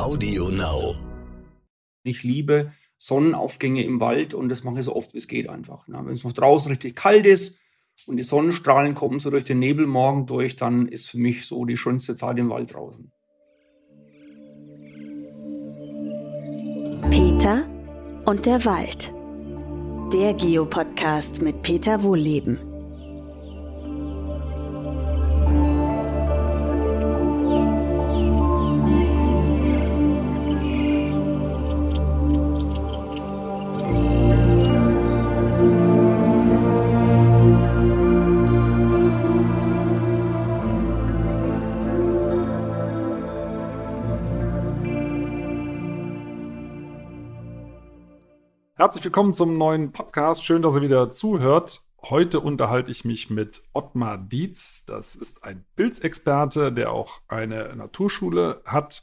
Audio Now. Ich liebe Sonnenaufgänge im Wald und das mache ich so oft wie es geht einfach. Wenn es noch draußen richtig kalt ist und die Sonnenstrahlen kommen so durch den Nebelmorgen durch, dann ist für mich so die schönste Zeit im Wald draußen. Peter und der Wald. Der Geo-Podcast mit Peter Wohlleben. Herzlich willkommen zum neuen Podcast. Schön, dass ihr wieder zuhört. Heute unterhalte ich mich mit Ottmar Dietz. Das ist ein Pilzexperte, der auch eine Naturschule hat.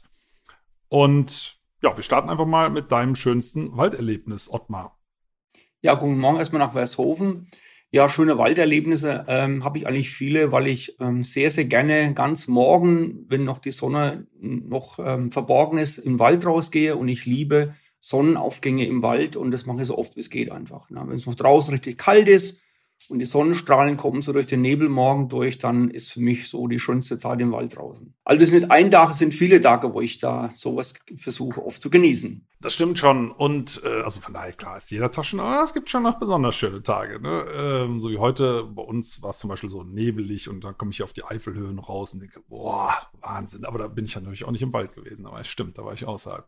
Und ja, wir starten einfach mal mit deinem schönsten Walderlebnis, Ottmar. Ja, guten Morgen erstmal nach Vershofen. Ja, schöne Walderlebnisse habe ich eigentlich viele, weil ich sehr, sehr gerne ganz morgen, wenn noch die Sonne noch verborgen ist, im Wald rausgehe und ich liebe Sonnenaufgänge im Wald und das mache ich so oft wie es geht einfach. Wenn es noch draußen richtig kalt ist und die Sonnenstrahlen kommen so durch den Nebelmorgen durch, dann ist für mich so die schönste Zeit im Wald draußen. Also das ist nicht ein Tag, es sind viele Tage, wo ich da sowas versuche oft zu genießen. Das stimmt schon und also von daher, klar ist jeder Tag schon, aber es gibt schon noch besonders schöne Tage. Ne? So wie heute, bei uns war es zum Beispiel so nebelig und dann komme ich auf die Eifelhöhen raus und denke, boah, Wahnsinn. Aber da bin ich ja natürlich auch nicht im Wald gewesen, aber es stimmt, da war ich außerhalb.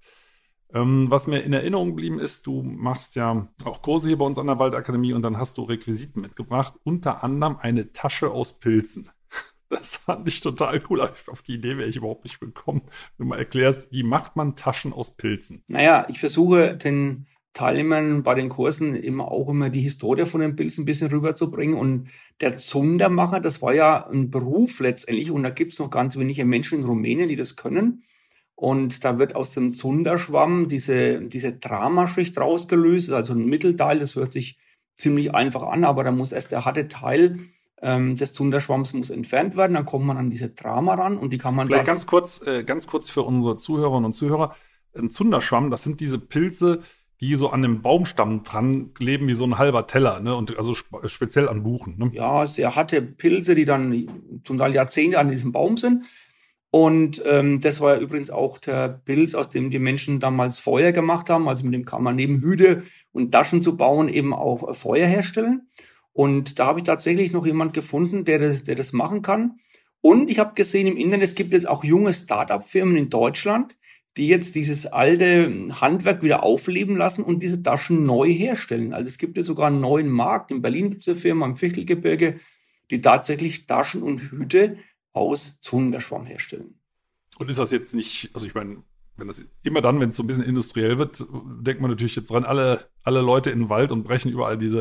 Was mir in Erinnerung geblieben ist, du machst ja auch Kurse hier bei uns an der Waldakademie und dann hast du Requisiten mitgebracht, unter anderem eine Tasche aus Pilzen. Das fand ich total cool, aber auf die Idee wäre ich überhaupt nicht gekommen. Wenn du mal erklärst, wie macht man Taschen aus Pilzen? Naja, ich versuche den Teilnehmern bei den Kursen immer die Historie von den Pilzen ein bisschen rüberzubringen und der Zundermacher, das war ja ein Beruf letztendlich und da gibt es noch ganz wenige Menschen in Rumänien, die das können. Und da wird aus dem Zunderschwamm diese Dramaschicht rausgelöst, also ein Mittelteil, das hört sich ziemlich einfach an, aber da muss erst der harte Teil des Zunderschwamms muss entfernt werden, dann kommt man an diese Drama ran und die kann man vielleicht ganz kurz für unsere Zuhörerinnen und Zuhörer, ein Zunderschwamm, das sind diese Pilze, die so an dem Baumstamm dran kleben wie so ein halber Teller, ne? Und also speziell an Buchen. Ne? Ja, sehr harte Pilze, die dann zum Teil Jahrzehnte an diesem Baum sind. Und das war ja übrigens auch der Pilz, aus dem die Menschen damals Feuer gemacht haben. Also mit dem kann man neben Hüte und Taschen zu bauen eben auch Feuer herstellen. Und da habe ich tatsächlich noch jemand gefunden, der das machen kann. Und ich habe gesehen im Internet, es gibt jetzt auch junge Start-up-Firmen in Deutschland, die jetzt dieses alte Handwerk wieder aufleben lassen und diese Taschen neu herstellen. Also es gibt jetzt sogar einen neuen Markt. In Berlin gibt es eine Firma im Fichtelgebirge, die tatsächlich Taschen und Hüte aus Zunderschwamm herstellen. Und ist das jetzt nicht, also ich meine, wenn es so ein bisschen industriell wird, denkt man natürlich jetzt dran, alle Leute in den Wald und brechen überall diese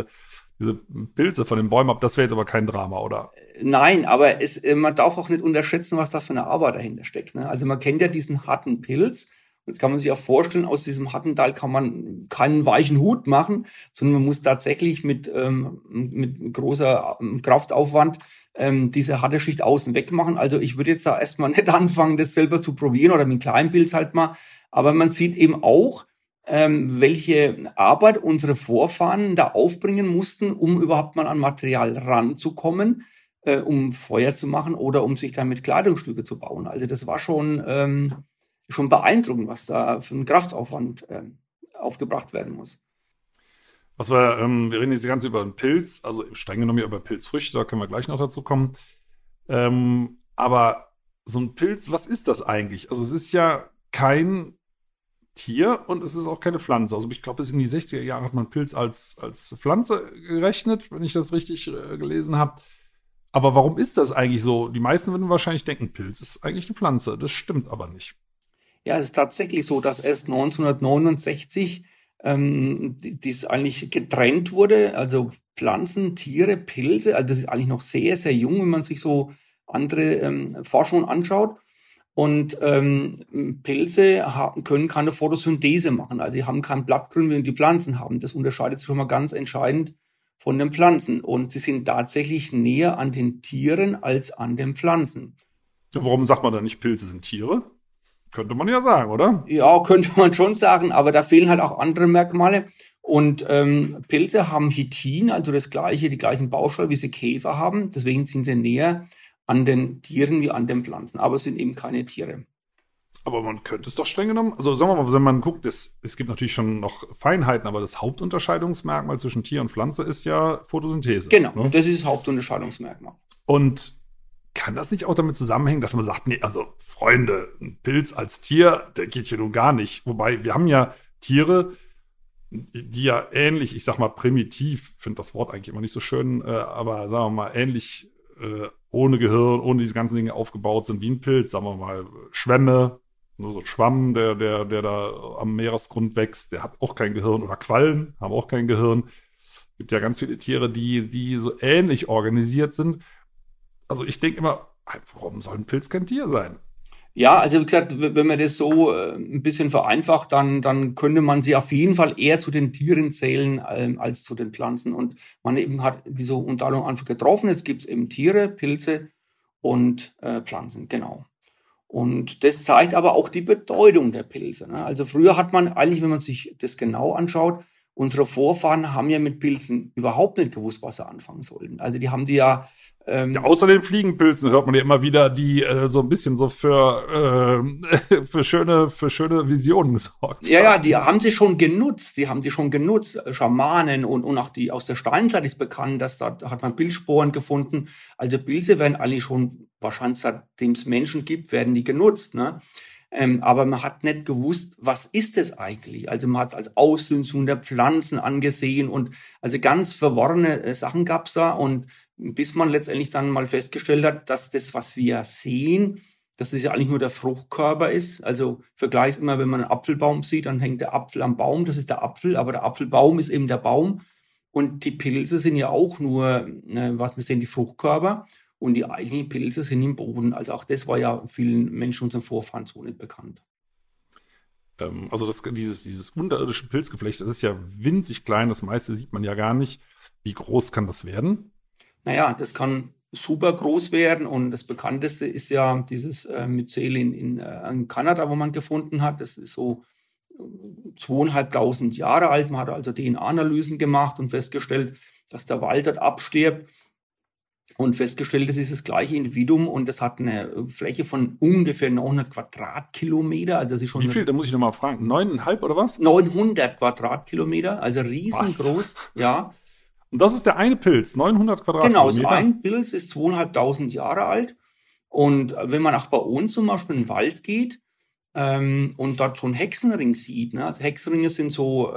Pilze von den Bäumen ab. Das wäre jetzt aber kein Drama, oder? Nein, aber man darf auch nicht unterschätzen, was da für eine Arbeit dahinter steckt. Ne? Also man kennt ja diesen harten Pilz. Jetzt kann man sich auch vorstellen, aus diesem harten Teil kann man keinen weichen Hut machen, sondern man muss tatsächlich mit großer Kraftaufwand diese harte Schicht außen weg machen. Also ich würde jetzt da erstmal nicht anfangen, das selber zu probieren oder mit kleinen Pilz halt mal. Aber man sieht eben auch, welche Arbeit unsere Vorfahren da aufbringen mussten, um überhaupt mal an Material ranzukommen, um Feuer zu machen oder um sich damit Kleidungsstücke zu bauen. Also das war schon beeindruckend, was da für ein Kraftaufwand aufgebracht werden muss. Wir reden jetzt ganz über einen Pilz, also streng genommen über Pilzfrüchte, da können wir gleich noch dazu kommen. Aber so ein Pilz, was ist das eigentlich? Also es ist ja kein Tier und es ist auch keine Pflanze. Also ich glaube, bis in die 60er Jahre hat man Pilz als Pflanze gerechnet, wenn ich das richtig gelesen habe. Aber warum ist das eigentlich so? Die meisten würden wahrscheinlich denken, Pilz ist eigentlich eine Pflanze. Das stimmt aber nicht. Ja, es ist tatsächlich so, dass erst 1969 dies eigentlich getrennt wurde, also Pflanzen, Tiere, Pilze, also das ist eigentlich noch sehr, sehr jung, wenn man sich so andere Forschungen anschaut. Und Pilze können keine Photosynthese machen, also sie haben kein Blattgrün, wie die Pflanzen haben. Das unterscheidet sich schon mal ganz entscheidend von den Pflanzen. Und sie sind tatsächlich näher an den Tieren als an den Pflanzen. Warum sagt man da nicht, Pilze sind Tiere? Könnte man ja sagen, oder? Ja, könnte man schon sagen, aber da fehlen halt auch andere Merkmale. Und Pilze haben Chitin, also die gleichen Bausteine, wie sie Käfer haben. Deswegen sind sie näher an den Tieren wie an den Pflanzen. Aber es sind eben keine Tiere. Aber man könnte es doch streng genommen, also sagen wir mal, wenn man guckt, es gibt natürlich schon noch Feinheiten, aber das Hauptunterscheidungsmerkmal zwischen Tier und Pflanze ist ja Photosynthese. Genau, ne? Das ist das Hauptunterscheidungsmerkmal. Und kann das nicht auch damit zusammenhängen, dass man sagt, nee, also Freunde, ein Pilz als Tier, der geht hier nun gar nicht. Wobei, wir haben ja Tiere, die ja ähnlich, ich sag mal primitiv, finde das Wort eigentlich immer nicht so schön, aber sagen wir mal ähnlich ohne Gehirn, ohne diese ganzen Dinge aufgebaut sind wie ein Pilz, sagen wir mal Schwämme, nur so ein Schwamm, der da am Meeresgrund wächst, der hat auch kein Gehirn, oder Quallen haben auch kein Gehirn. Es gibt ja ganz viele Tiere, die so ähnlich organisiert sind. Also ich denke immer, warum soll ein Pilz kein Tier sein? Ja, also wie gesagt, wenn man das so ein bisschen vereinfacht, dann könnte man sie auf jeden Fall eher zu den Tieren zählen als zu den Pflanzen. Und man eben hat diese Unterteilung einfach getroffen. Jetzt gibt es eben Tiere, Pilze und Pflanzen, genau. Und das zeigt aber auch die Bedeutung der Pilze. Ne? Also früher hat man eigentlich, wenn man sich das genau anschaut, unsere Vorfahren haben ja mit Pilzen überhaupt nicht gewusst, was sie anfangen sollten. Also die haben die ja ja, außer den Fliegenpilzen hört man ja immer wieder, die so ein bisschen so für schöne Visionen gesorgt. Ja, die haben sie schon genutzt. Schamanen und auch die aus der Steinzeit ist bekannt, dass da hat man Pilzsporen gefunden. Also Pilze werden eigentlich schon, wahrscheinlich seitdem es Menschen gibt, werden die genutzt. Ne? Aber man hat nicht gewusst, was ist es eigentlich? Also man hat es als Ausdünstung der Pflanzen angesehen und also ganz verworrene Sachen gab es da und bis man letztendlich dann mal festgestellt hat, dass das, was wir sehen, dass das ja eigentlich nur der Fruchtkörper ist. Also vergleich immer, wenn man einen Apfelbaum sieht, dann hängt der Apfel am Baum, das ist der Apfel, aber der Apfelbaum ist eben der Baum. Und die Pilze sind ja auch nur, was wir sehen, die Fruchtkörper. Und die eigentlichen Pilze sind im Boden. Also auch das war ja vielen Menschen unseren Vorfahren so nicht bekannt. Also dieses unterirdische Pilzgeflecht, das ist ja winzig klein, das meiste sieht man ja gar nicht. Wie groß kann das werden? Naja, das kann super groß werden und das bekannteste ist ja dieses Myzel in Kanada, wo man gefunden hat. Das ist so 2.500 Jahre alt. Man hat also DNA-Analysen gemacht und festgestellt, dass der Wald dort abstirbt und festgestellt, das ist das gleiche Individuum und das hat eine Fläche von ungefähr 900 Quadratkilometer. Also das ist schon wie viel? Da muss ich nochmal fragen. 9,5 oder was? 900 Quadratkilometer, also riesengroß. Was? Ja. Und das ist der eine Pilz, 900 Quadratkilometer? Genau, so ein Pilz ist 2.500 Jahre alt. Und wenn man auch bei uns zum Beispiel in den Wald geht und dort so einen Hexenring sieht, ne? Also Hexenringe sind so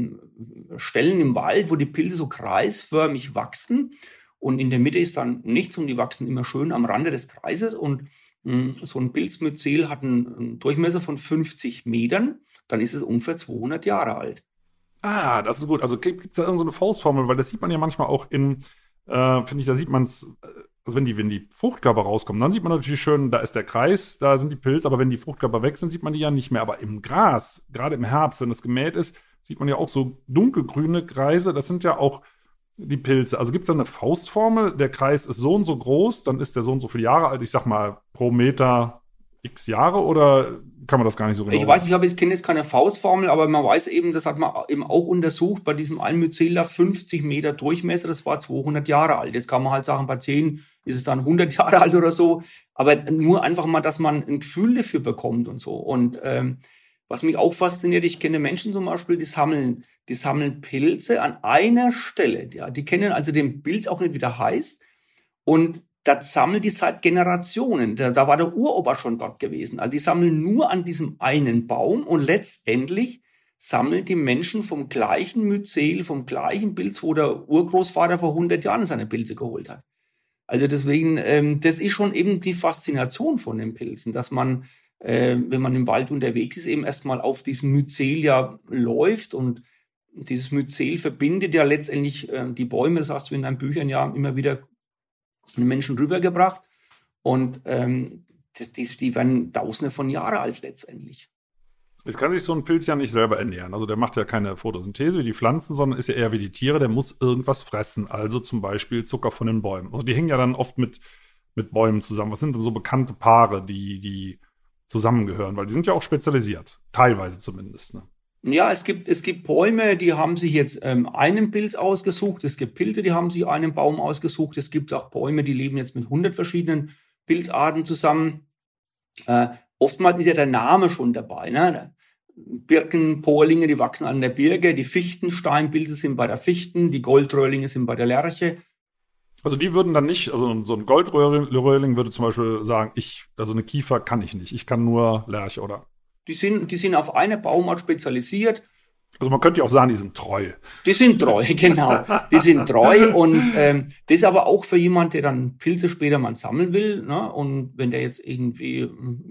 Stellen im Wald, wo die Pilze so kreisförmig wachsen. Und in der Mitte ist dann nichts und die wachsen immer schön am Rande des Kreises. Und so ein Pilzmyzel hat einen Durchmesser von 50 Metern. Dann ist es ungefähr 200 Jahre alt. Ah, das ist gut. Also gibt es da irgendeine Faustformel, weil das sieht man ja manchmal auch finde ich, da sieht man es, also wenn die Fruchtkörper rauskommen, dann sieht man natürlich schön, da ist der Kreis, da sind die Pilze, aber wenn die Fruchtkörper weg sind, sieht man die ja nicht mehr. Aber im Gras, gerade im Herbst, wenn es gemäht ist, sieht man ja auch so dunkelgrüne Kreise, das sind ja auch die Pilze. Also gibt es da eine Faustformel, der Kreis ist so und so groß, dann ist der so und so viele Jahre alt, ich sag mal pro Meter x Jahre, oder kann man das gar nicht so genau? Ich weiß, ich kenne jetzt keine Faustformel, aber man weiß eben, das hat man eben auch untersucht, bei diesem einen Mycela 50 Meter Durchmesser, das war 200 Jahre alt. Jetzt kann man halt sagen, bei 10 ist es dann 100 Jahre alt oder so, aber nur einfach mal, dass man ein Gefühl dafür bekommt und so. Und was mich auch fasziniert, ich kenne Menschen zum Beispiel, die sammeln Pilze an einer Stelle. Ja, die kennen also den Pilz auch nicht, wie der heißt. Und das sammeln die seit Generationen. Da war der Uropa schon dort gewesen. Also die sammeln nur an diesem einen Baum und letztendlich sammeln die Menschen vom gleichen Myzel, vom gleichen Pilz, wo der Urgroßvater vor 100 Jahren seine Pilze geholt hat. Also deswegen, das ist schon eben die Faszination von den Pilzen, dass man, wenn man im Wald unterwegs ist, eben erstmal auf diesem Myzel ja läuft und dieses Myzel verbindet ja letztendlich die Bäume, das hast du in deinen Büchern ja immer wieder den Menschen rübergebracht und die werden Tausende von Jahren alt letztendlich. Jetzt kann sich so ein Pilz ja nicht selber ernähren. Also der macht ja keine Photosynthese wie die Pflanzen, sondern ist ja eher wie die Tiere. Der muss irgendwas fressen, also zum Beispiel Zucker von den Bäumen. Also die hängen ja dann oft mit Bäumen zusammen. Was sind denn so bekannte Paare, die zusammengehören, weil die sind ja auch spezialisiert, teilweise zumindest. Ne? Ja, es gibt Bäume, die haben sich jetzt einen Pilz ausgesucht. Es gibt Pilze, die haben sich einen Baum ausgesucht. Es gibt auch Bäume, die leben jetzt mit 100 verschiedenen Pilzarten zusammen. Oftmals ist ja der Name schon dabei. Ne? Birken, Porlinge, die wachsen an der Birke. Die Fichtensteinpilze sind bei der Fichten. Die Goldröhrlinge sind bei der Lerche. Also die würden dann nicht, also so ein Goldröhrling würde zum Beispiel sagen, also eine Kiefer kann ich nicht. Ich kann nur Lärche, oder? Die sind auf eine Baumart spezialisiert. Also man könnte ja auch sagen, die sind treu. Die sind treu, genau. Die sind treu und das ist aber auch für jemand, der dann Pilze später mal sammeln will. Ne? Und wenn der jetzt irgendwie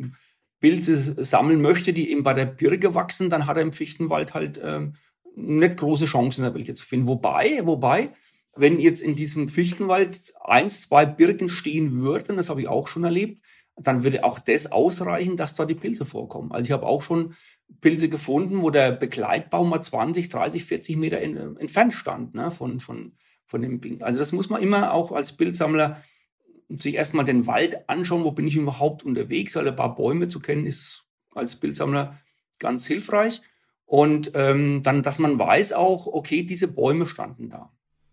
Pilze sammeln möchte, die eben bei der Birke wachsen, dann hat er im Fichtenwald halt nicht große Chancen, da welche zu finden. Wobei, wenn jetzt in diesem Fichtenwald 1, 2 Birken stehen würden, das habe ich auch schon erlebt, dann würde auch das ausreichen, dass da die Pilze vorkommen. Also ich habe auch schon Pilze gefunden, wo der Begleitbaum mal 20, 30, 40 Meter entfernt stand, ne, von dem Ding. Also das muss man immer auch als Pilzsammler sich erstmal den Wald anschauen, wo bin ich überhaupt unterwegs. Also ein paar Bäume zu kennen, ist als Pilzsammler ganz hilfreich. Und dann, dass man weiß auch, okay, diese Bäume standen da.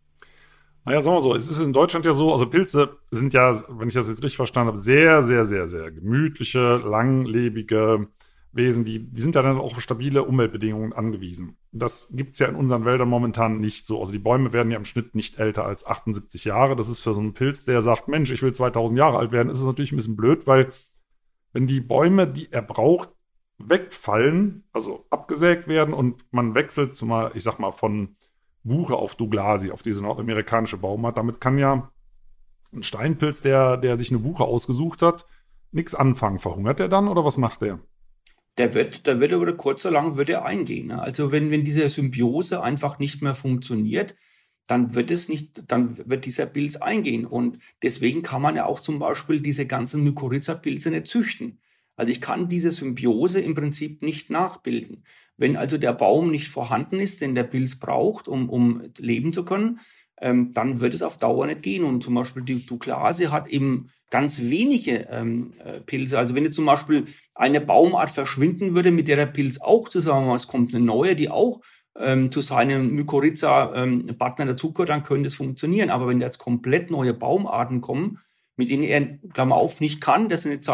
Naja, sagen wir so, es ist in Deutschland ja so, also Pilze sind ja, wenn ich das jetzt richtig verstanden habe, sehr, sehr, sehr, sehr gemütliche, langlebige Wesen, die sind ja dann auch auf stabile Umweltbedingungen angewiesen. Das gibt's ja in unseren Wäldern momentan nicht so. Also die Bäume werden ja im Schnitt nicht älter als 78 Jahre. Das ist für so einen Pilz, der sagt, Mensch, ich will 2000 Jahre alt werden, ist es natürlich ein bisschen blöd, weil wenn die Bäume, die er braucht, wegfallen, also abgesägt werden und man wechselt ich sag mal, von Buche auf Douglasie, auf diese nordamerikanische Baumart. Damit kann ja ein Steinpilz, der sich eine Buche ausgesucht hat, nichts anfangen. Verhungert er dann oder was macht der? Der wird über kurz oder lang wird er eingehen. Ne? Also wenn diese Symbiose einfach nicht mehr funktioniert, dann wird dieser Pilz eingehen. Und deswegen kann man ja auch zum Beispiel diese ganzen Mykorrhiza-Pilze nicht züchten. Also ich kann diese Symbiose im Prinzip nicht nachbilden. Wenn also der Baum nicht vorhanden ist, den der Pilz braucht, um leben zu können, dann wird es auf Dauer nicht gehen. Und zum Beispiel die Douglasie hat eben ganz wenige Pilze. Also wenn jetzt zum Beispiel eine Baumart verschwinden würde, mit der der Pilz auch zusammen ist, kommt eine neue, die auch zu seinem Mykorrhiza-Partner dazugehört, dann könnte es funktionieren. Aber wenn jetzt komplett neue Baumarten kommen, mit denen er, Klammer auf, nicht kann, das ist nicht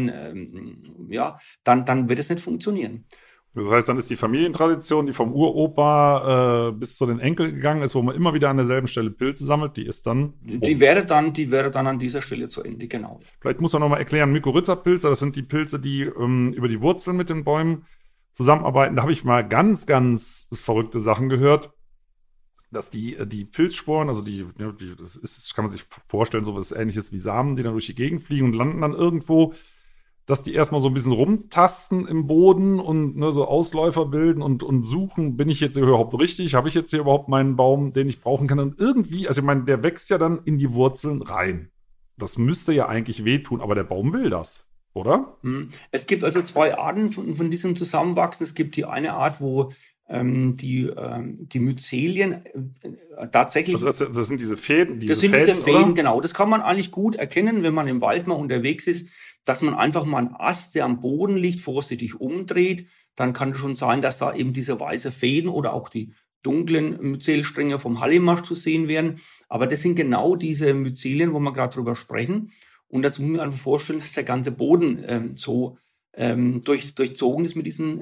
dann wird es nicht funktionieren. Das heißt, dann ist die Familientradition, die vom Uropa bis zu den Enkeln gegangen ist, wo man immer wieder an derselben Stelle Pilze sammelt, die ist dann... Die wäre dann an dieser Stelle zu Ende, genau. Vielleicht muss man noch mal erklären, Mykorrhiza-Pilze, das sind die Pilze, die über die Wurzeln mit den Bäumen zusammenarbeiten. Da habe ich mal ganz, ganz verrückte Sachen gehört, dass die Pilzsporen, also das kann man sich vorstellen, so was Ähnliches wie Samen, die dann durch die Gegend fliegen und landen dann irgendwo, dass die erstmal so ein bisschen rumtasten im Boden und so Ausläufer bilden und suchen, bin ich jetzt überhaupt richtig? Habe ich jetzt hier überhaupt meinen Baum, den ich brauchen kann? Und irgendwie, also ich meine, der wächst ja dann in die Wurzeln rein. Das müsste ja eigentlich wehtun, aber der Baum will das, oder? Es gibt also 2 Arten von diesem Zusammenwachsen. Es gibt die eine Art, wo die Myzelien tatsächlich... Also das sind diese Fäden, diese Fäden, genau. Das kann man eigentlich gut erkennen, wenn man im Wald mal unterwegs ist, dass man einfach mal einen Ast, der am Boden liegt, vorsichtig umdreht. Dann kann es schon sein, dass da eben diese weiße Fäden oder auch die dunklen Myzelstränge vom Hallimasch zu sehen werden. Aber das sind genau diese Myzelien, wo wir gerade drüber sprechen. Und dazu muss man einfach vorstellen, dass der ganze Boden durchzogen ist mit diesen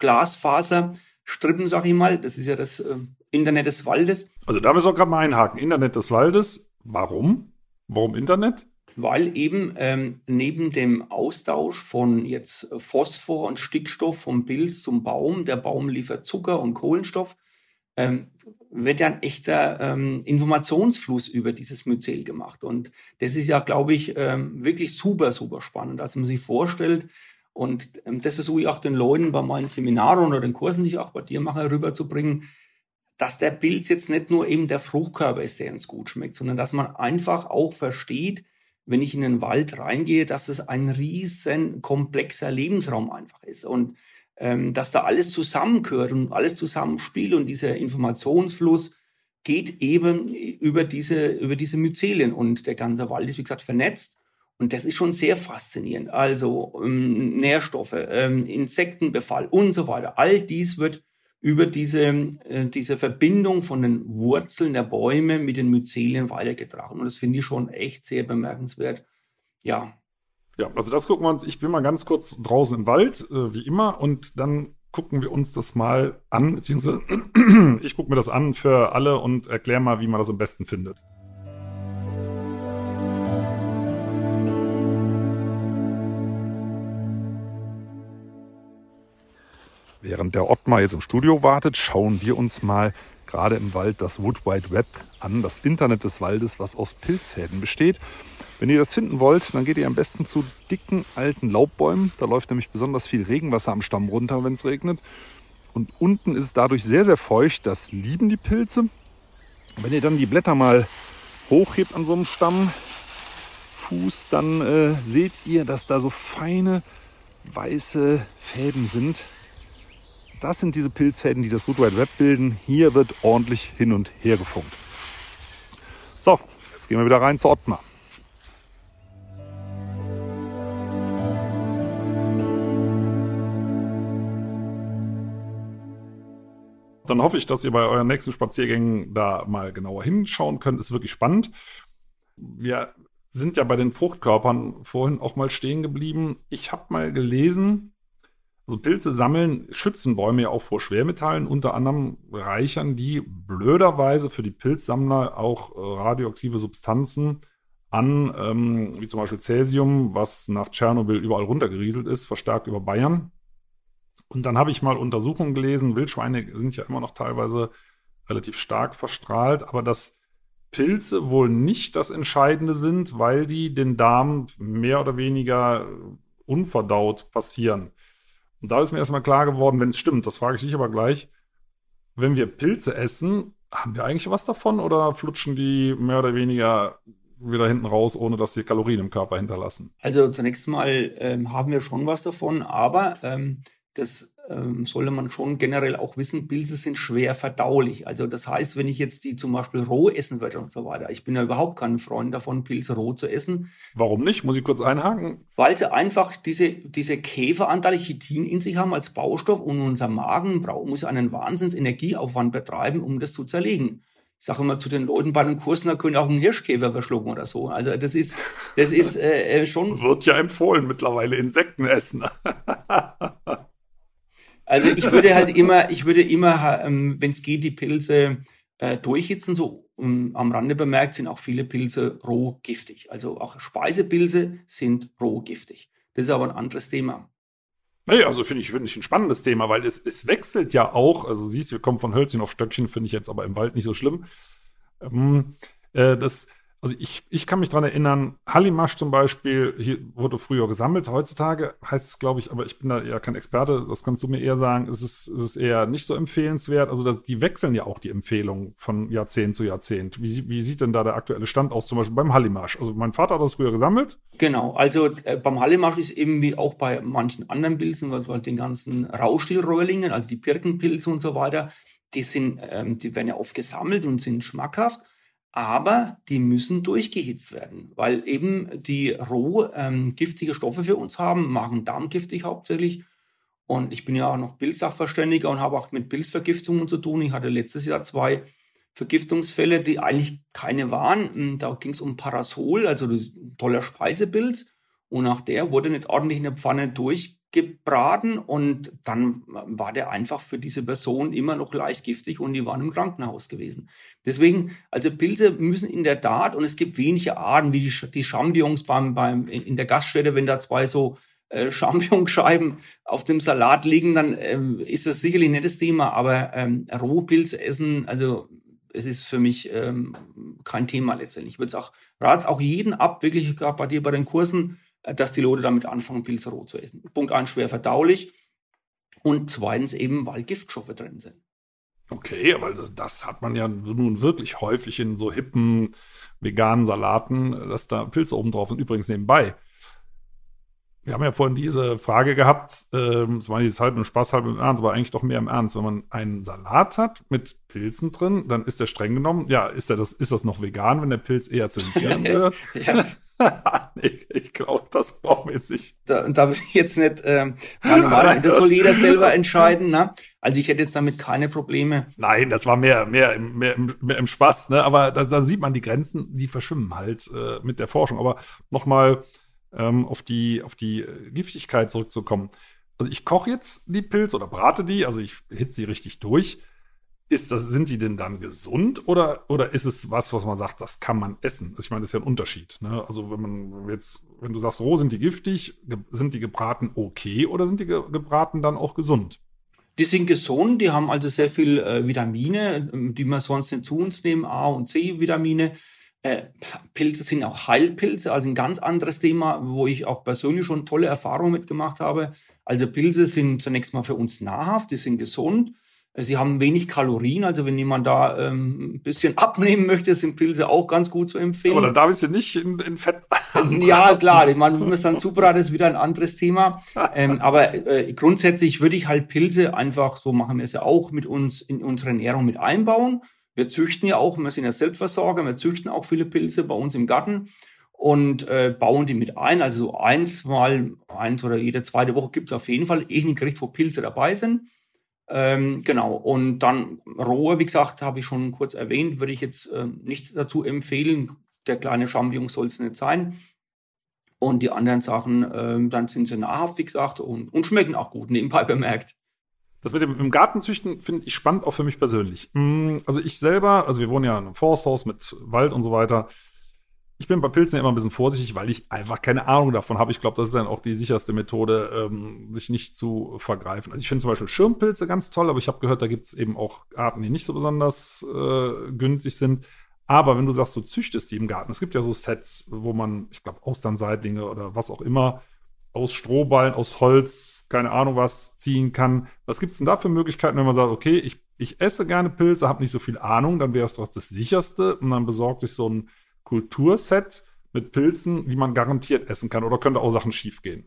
Glasfaserstrippen, sag ich mal. Das ist ja das Internet des Waldes. Also da müssen wir gerade mal einhaken. Internet des Waldes. Warum? Warum Internet? Weil eben neben dem Austausch von jetzt Phosphor und Stickstoff vom Pilz zum Baum, der Baum liefert Zucker und Kohlenstoff, wird ja ein echter Informationsfluss über dieses Myzel gemacht. Und das ist ja, glaube ich, wirklich super, super spannend. Also man sich vorstellt, und das versuche ich auch den Leuten bei meinen Seminaren oder den Kursen, die ich auch bei dir mache, rüberzubringen, dass der Pilz jetzt nicht nur eben der Fruchtkörper ist, der uns gut schmeckt, sondern dass man einfach auch versteht, wenn ich in den Wald reingehe, dass es ein riesen komplexer Lebensraum einfach ist und dass da alles zusammengehört und alles zusammenspielt und dieser Informationsfluss geht eben über diese Myzelien und der ganze Wald ist, wie gesagt, vernetzt Und das ist schon sehr faszinierend. Also Nährstoffe, Insektenbefall und so weiter. All dies wird über diese Verbindung von den Wurzeln der Bäume mit den Myzelien weitergetragen. Und das finde ich schon echt sehr bemerkenswert. Ja. Ja, also das gucken wir uns. Ich bin mal ganz kurz draußen im Wald, wie immer, und dann gucken wir uns das mal an, beziehungsweise ich gucke mir das an für alle und erkläre mal, wie man das am besten findet. Während der Ottmar jetzt im Studio wartet, schauen wir uns mal gerade im Wald das Wood Wide Web an, das Internet des Waldes, was aus Pilzfäden besteht. Wenn ihr das finden wollt, dann geht ihr am besten zu dicken, alten Laubbäumen. Da läuft nämlich besonders viel Regenwasser am Stamm runter, wenn es regnet. Und unten ist es dadurch sehr, sehr feucht. Das lieben die Pilze. Wenn ihr dann die Blätter mal hochhebt an so einem Stammfuß, dann seht ihr, dass da so feine, weiße Fäden sind. Das sind diese Pilzfäden, die das Wood Wide Web bilden. Hier wird ordentlich hin und her gefunkt. So, jetzt gehen wir wieder rein zu Ottmar. Dann hoffe ich, dass ihr bei euren nächsten Spaziergängen da mal genauer hinschauen könnt. Ist wirklich spannend. Wir sind ja bei den Fruchtkörpern vorhin auch mal stehen geblieben. Ich habe mal gelesen, also Pilze schützen Bäume ja auch vor Schwermetallen. Unter anderem reichern die blöderweise für die Pilzsammler auch radioaktive Substanzen an, wie zum Beispiel Cäsium, was nach Tschernobyl überall runtergerieselt ist, verstärkt über Bayern. Und dann habe ich mal Untersuchungen gelesen, Wildschweine sind ja immer noch teilweise relativ stark verstrahlt, aber dass Pilze wohl nicht das Entscheidende sind, weil die den Darm mehr oder weniger unverdaut passieren. Und da ist mir erstmal klar geworden, wenn es stimmt, das frage ich dich aber gleich, wenn wir Pilze essen, haben wir eigentlich was davon oder flutschen die mehr oder weniger wieder hinten raus, ohne dass sie Kalorien im Körper hinterlassen? Also zunächst mal haben wir schon was davon, aber das sollte man schon generell auch wissen, Pilze sind schwer verdaulich. Also das heißt, wenn ich jetzt die zum Beispiel roh essen würde und so weiter, ich bin ja überhaupt kein Freund davon, Pilze roh zu essen. Warum nicht? Muss ich kurz einhaken? Weil sie einfach diese Käferanteile Chitin in sich haben als Baustoff und unser Magen muss einen Wahnsinnsenergieaufwand betreiben, um das zu zerlegen. Ich sage immer zu den Leuten bei den Kursen, da können auch einen Hirschkäfer verschlucken oder so. Also das ist schon... Wird ja empfohlen mittlerweile, Insekten essen. Also ich würde immer, wenn es geht, die Pilze durchhitzen. So am Rande bemerkt sind auch viele Pilze roh giftig. Also auch Speisepilze sind roh giftig. Das ist aber ein anderes Thema. Naja, also finde ich ein spannendes Thema, weil es wechselt ja auch. Also siehst du, wir kommen von Hölzchen auf Stöckchen, finde ich jetzt aber im Wald nicht so schlimm. Also ich kann mich dran erinnern, Hallimasch zum Beispiel, hier wurde früher gesammelt. Heutzutage heißt es, glaube ich, aber ich bin da eher kein Experte, das kannst du mir eher sagen, ist es eher nicht so empfehlenswert. Also die wechseln ja auch die Empfehlungen von Jahrzehnt zu Jahrzehnt. Wie sieht denn da der aktuelle Stand aus, zum Beispiel beim Hallimasch? Also mein Vater hat das früher gesammelt. Genau, also beim Hallimasch ist eben wie auch bei manchen anderen Pilzen, also den ganzen Rausstiel-Röhrlingen, also die Birkenpilze und so weiter, die werden ja oft gesammelt und sind schmackhaft. Aber die müssen durchgehitzt werden, weil eben die roh giftige Stoffe für uns haben, Magen-Darm-giftig hauptsächlich. Und ich bin ja auch noch Pilzsachverständiger und habe auch mit Pilzvergiftungen zu tun. Ich hatte letztes Jahr 2 Vergiftungsfälle, die eigentlich keine waren. Da ging es um Parasol, also toller Speisepilz. Und nach der wurde nicht ordentlich in der Pfanne durchgebraten und dann war der einfach für diese Person immer noch leicht giftig und die waren im Krankenhaus gewesen. Deswegen, also Pilze müssen in der Tat, und es gibt wenige Arten, wie die Champignons in der Gaststätte, wenn da 2 so Champignonscheiben auf dem Salat liegen, dann ist das sicherlich ein nettes Thema, aber Rohpilze essen, also es ist für mich kein Thema letztendlich. Ich rate auch jeden ab, wirklich gerade bei dir bei den Kursen, dass die Leute damit anfangen, Pilze roh zu essen. Punkt 1, schwer verdaulich und 2 eben, weil Giftstoffe drin sind. Okay, aber das hat man ja nun wirklich häufig in so hippen veganen Salaten, dass da Pilze oben drauf sind. Übrigens nebenbei. Wir haben ja vorhin diese Frage gehabt, es war jetzt halb im Spaß, halb im Ernst, aber eigentlich doch mehr im Ernst. Wenn man einen Salat hat mit Pilzen drin, dann ist der streng genommen, ja, ist das noch vegan, wenn der Pilz eher zu den Tieren gehört? Ja. Nee, ich glaube, das brauchen wir jetzt nicht. Da will ich jetzt nicht meine Meinung. Das soll jeder selber entscheiden. Ne? Also ich hätte jetzt damit keine Probleme. Nein, das war mehr im Spaß, ne? Aber da sieht man die Grenzen, die verschwimmen halt mit der Forschung. Aber nochmal auf die Giftigkeit zurückzukommen. Also ich koche jetzt die Pilze oder brate die, also ich hitze sie richtig durch. Sind die denn dann gesund oder ist es was man sagt, das kann man essen? Also ich meine, das ist ja ein Unterschied. Ne? Also wenn du sagst, roh sind die giftig, sind die gebraten okay oder sind die gebraten dann auch gesund? Die sind gesund, die haben also sehr viel Vitamine, die wir sonst nicht zu uns nehmen, A- und C-Vitamine. Pilze sind auch Heilpilze, also ein ganz anderes Thema, wo ich auch persönlich schon tolle Erfahrungen mitgemacht habe. Also Pilze sind zunächst mal für uns nahrhaft, die sind gesund. Sie haben wenig Kalorien, also wenn jemand da ein bisschen abnehmen möchte, sind Pilze auch ganz gut zu empfehlen. Aber dann darf ich sie nicht in Fett Ja, klar, ich meine, wenn man es dann zubereitet, ist wieder ein anderes Thema. Aber grundsätzlich würde ich halt Pilze einfach, so machen wir es ja auch, mit uns in unsere Ernährung mit einbauen. Wir züchten ja auch, wir sind ja Selbstversorger, wir züchten auch viele Pilze bei uns im Garten und bauen die mit ein. Also so eins oder jede zweite Woche gibt es auf jeden Fall irgendein Gericht, wo Pilze dabei sind. Genau, und dann rohe, wie gesagt, habe ich schon kurz erwähnt, würde ich jetzt nicht dazu empfehlen. Der kleine Champignon soll es nicht sein. Und die anderen Sachen, dann sind sie nahrhaft, wie gesagt, und schmecken auch gut, nebenbei bemerkt. Das mit dem im Garten züchten finde ich spannend, auch für mich persönlich. Also ich selber, also wir wohnen ja in einem Forsthaus mit Wald und so weiter. Ich bin bei Pilzen immer ein bisschen vorsichtig, weil ich einfach keine Ahnung davon habe. Ich glaube, das ist dann auch die sicherste Methode, sich nicht zu vergreifen. Also ich finde zum Beispiel Schirmpilze ganz toll, aber ich habe gehört, da gibt es eben auch Arten, die nicht so besonders günstig sind. Aber wenn du sagst, du züchtest die im Garten, es gibt ja so Sets, wo man, ich glaube, Austernseitlinge oder was auch immer, aus Strohballen, aus Holz, keine Ahnung was, ziehen kann. Was gibt es denn da für Möglichkeiten, wenn man sagt, okay, ich esse gerne Pilze, habe nicht so viel Ahnung, dann wäre es doch das Sicherste und dann besorgt sich so ein Kulturset mit Pilzen, die man garantiert essen kann, oder könnte auch Sachen schief gehen?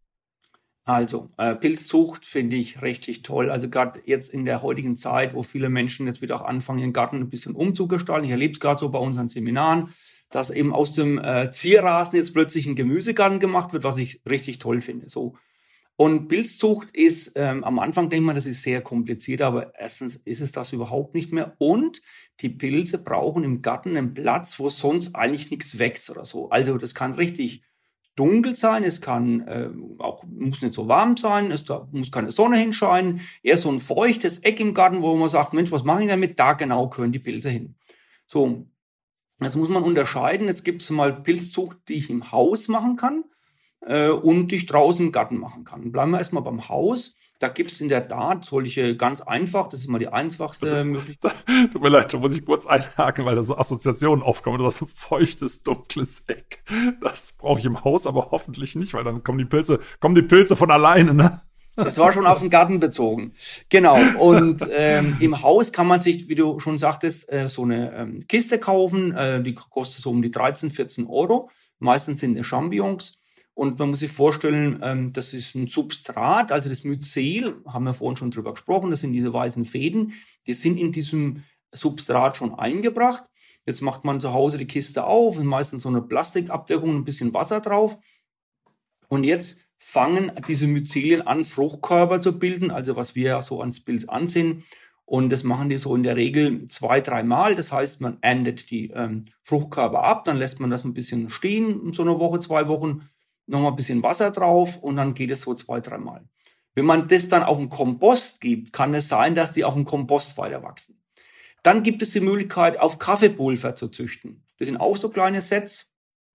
Also, Pilzzucht finde ich richtig toll. Also gerade jetzt in der heutigen Zeit, wo viele Menschen jetzt wieder auch anfangen, ihren Garten ein bisschen umzugestalten. Ich erlebe es gerade so bei unseren Seminaren, dass eben aus dem Zierrasen jetzt plötzlich ein Gemüsegarten gemacht wird, was ich richtig toll finde. So. Und Pilzzucht ist, am Anfang denkt man, das ist sehr kompliziert, aber erstens ist es das überhaupt nicht mehr. Und die Pilze brauchen im Garten einen Platz, wo sonst eigentlich nichts wächst oder so. Also das kann richtig dunkel sein, es kann muss nicht so warm sein, da muss keine Sonne hinscheinen, eher so ein feuchtes Eck im Garten, wo man sagt, Mensch, was mache ich damit? Da genau gehören die Pilze hin. So, das muss man unterscheiden. Jetzt gibt es mal Pilzzucht, die ich im Haus machen kann und die ich draußen im Garten machen kann. Bleiben wir erstmal beim Haus. Da gibt es in der Tat solche ganz einfach, das ist mal die einfachste Möglichkeit. Tut mir leid, da muss ich kurz einhaken, weil da so Assoziationen aufkommen. Das ist ein feuchtes, dunkles Eck. Das brauche ich im Haus, aber hoffentlich nicht, weil dann kommen die Pilze von alleine, ne? Das war schon auf den Garten bezogen. Genau. Und im Haus kann man sich, wie du schon sagtest, so eine Kiste kaufen. Die kostet so um die 13, 14 Euro. Meistens sind es Champignons. Und man muss sich vorstellen, das ist ein Substrat, also das Myzel, haben wir vorhin schon drüber gesprochen, das sind diese weißen Fäden, die sind in diesem Substrat schon eingebracht. Jetzt macht man zu Hause die Kiste auf, meistens so eine Plastikabdeckung, ein bisschen Wasser drauf. Und jetzt fangen diese Myzelien an, Fruchtkörper zu bilden, also was wir so ans Pilz ansehen. Und das machen die so in der Regel 2-3 Mal. Das heißt, man erntet die Fruchtkörper ab, dann lässt man das ein bisschen stehen, so eine Woche, 2 Wochen, nochmal ein bisschen Wasser drauf und dann geht es so 2-3 Mal. Wenn man das dann auf den Kompost gibt, kann es sein, dass die auf dem Kompost weiter wachsen. Dann gibt es die Möglichkeit, auf Kaffeepulver zu züchten. Das sind auch so kleine Sets,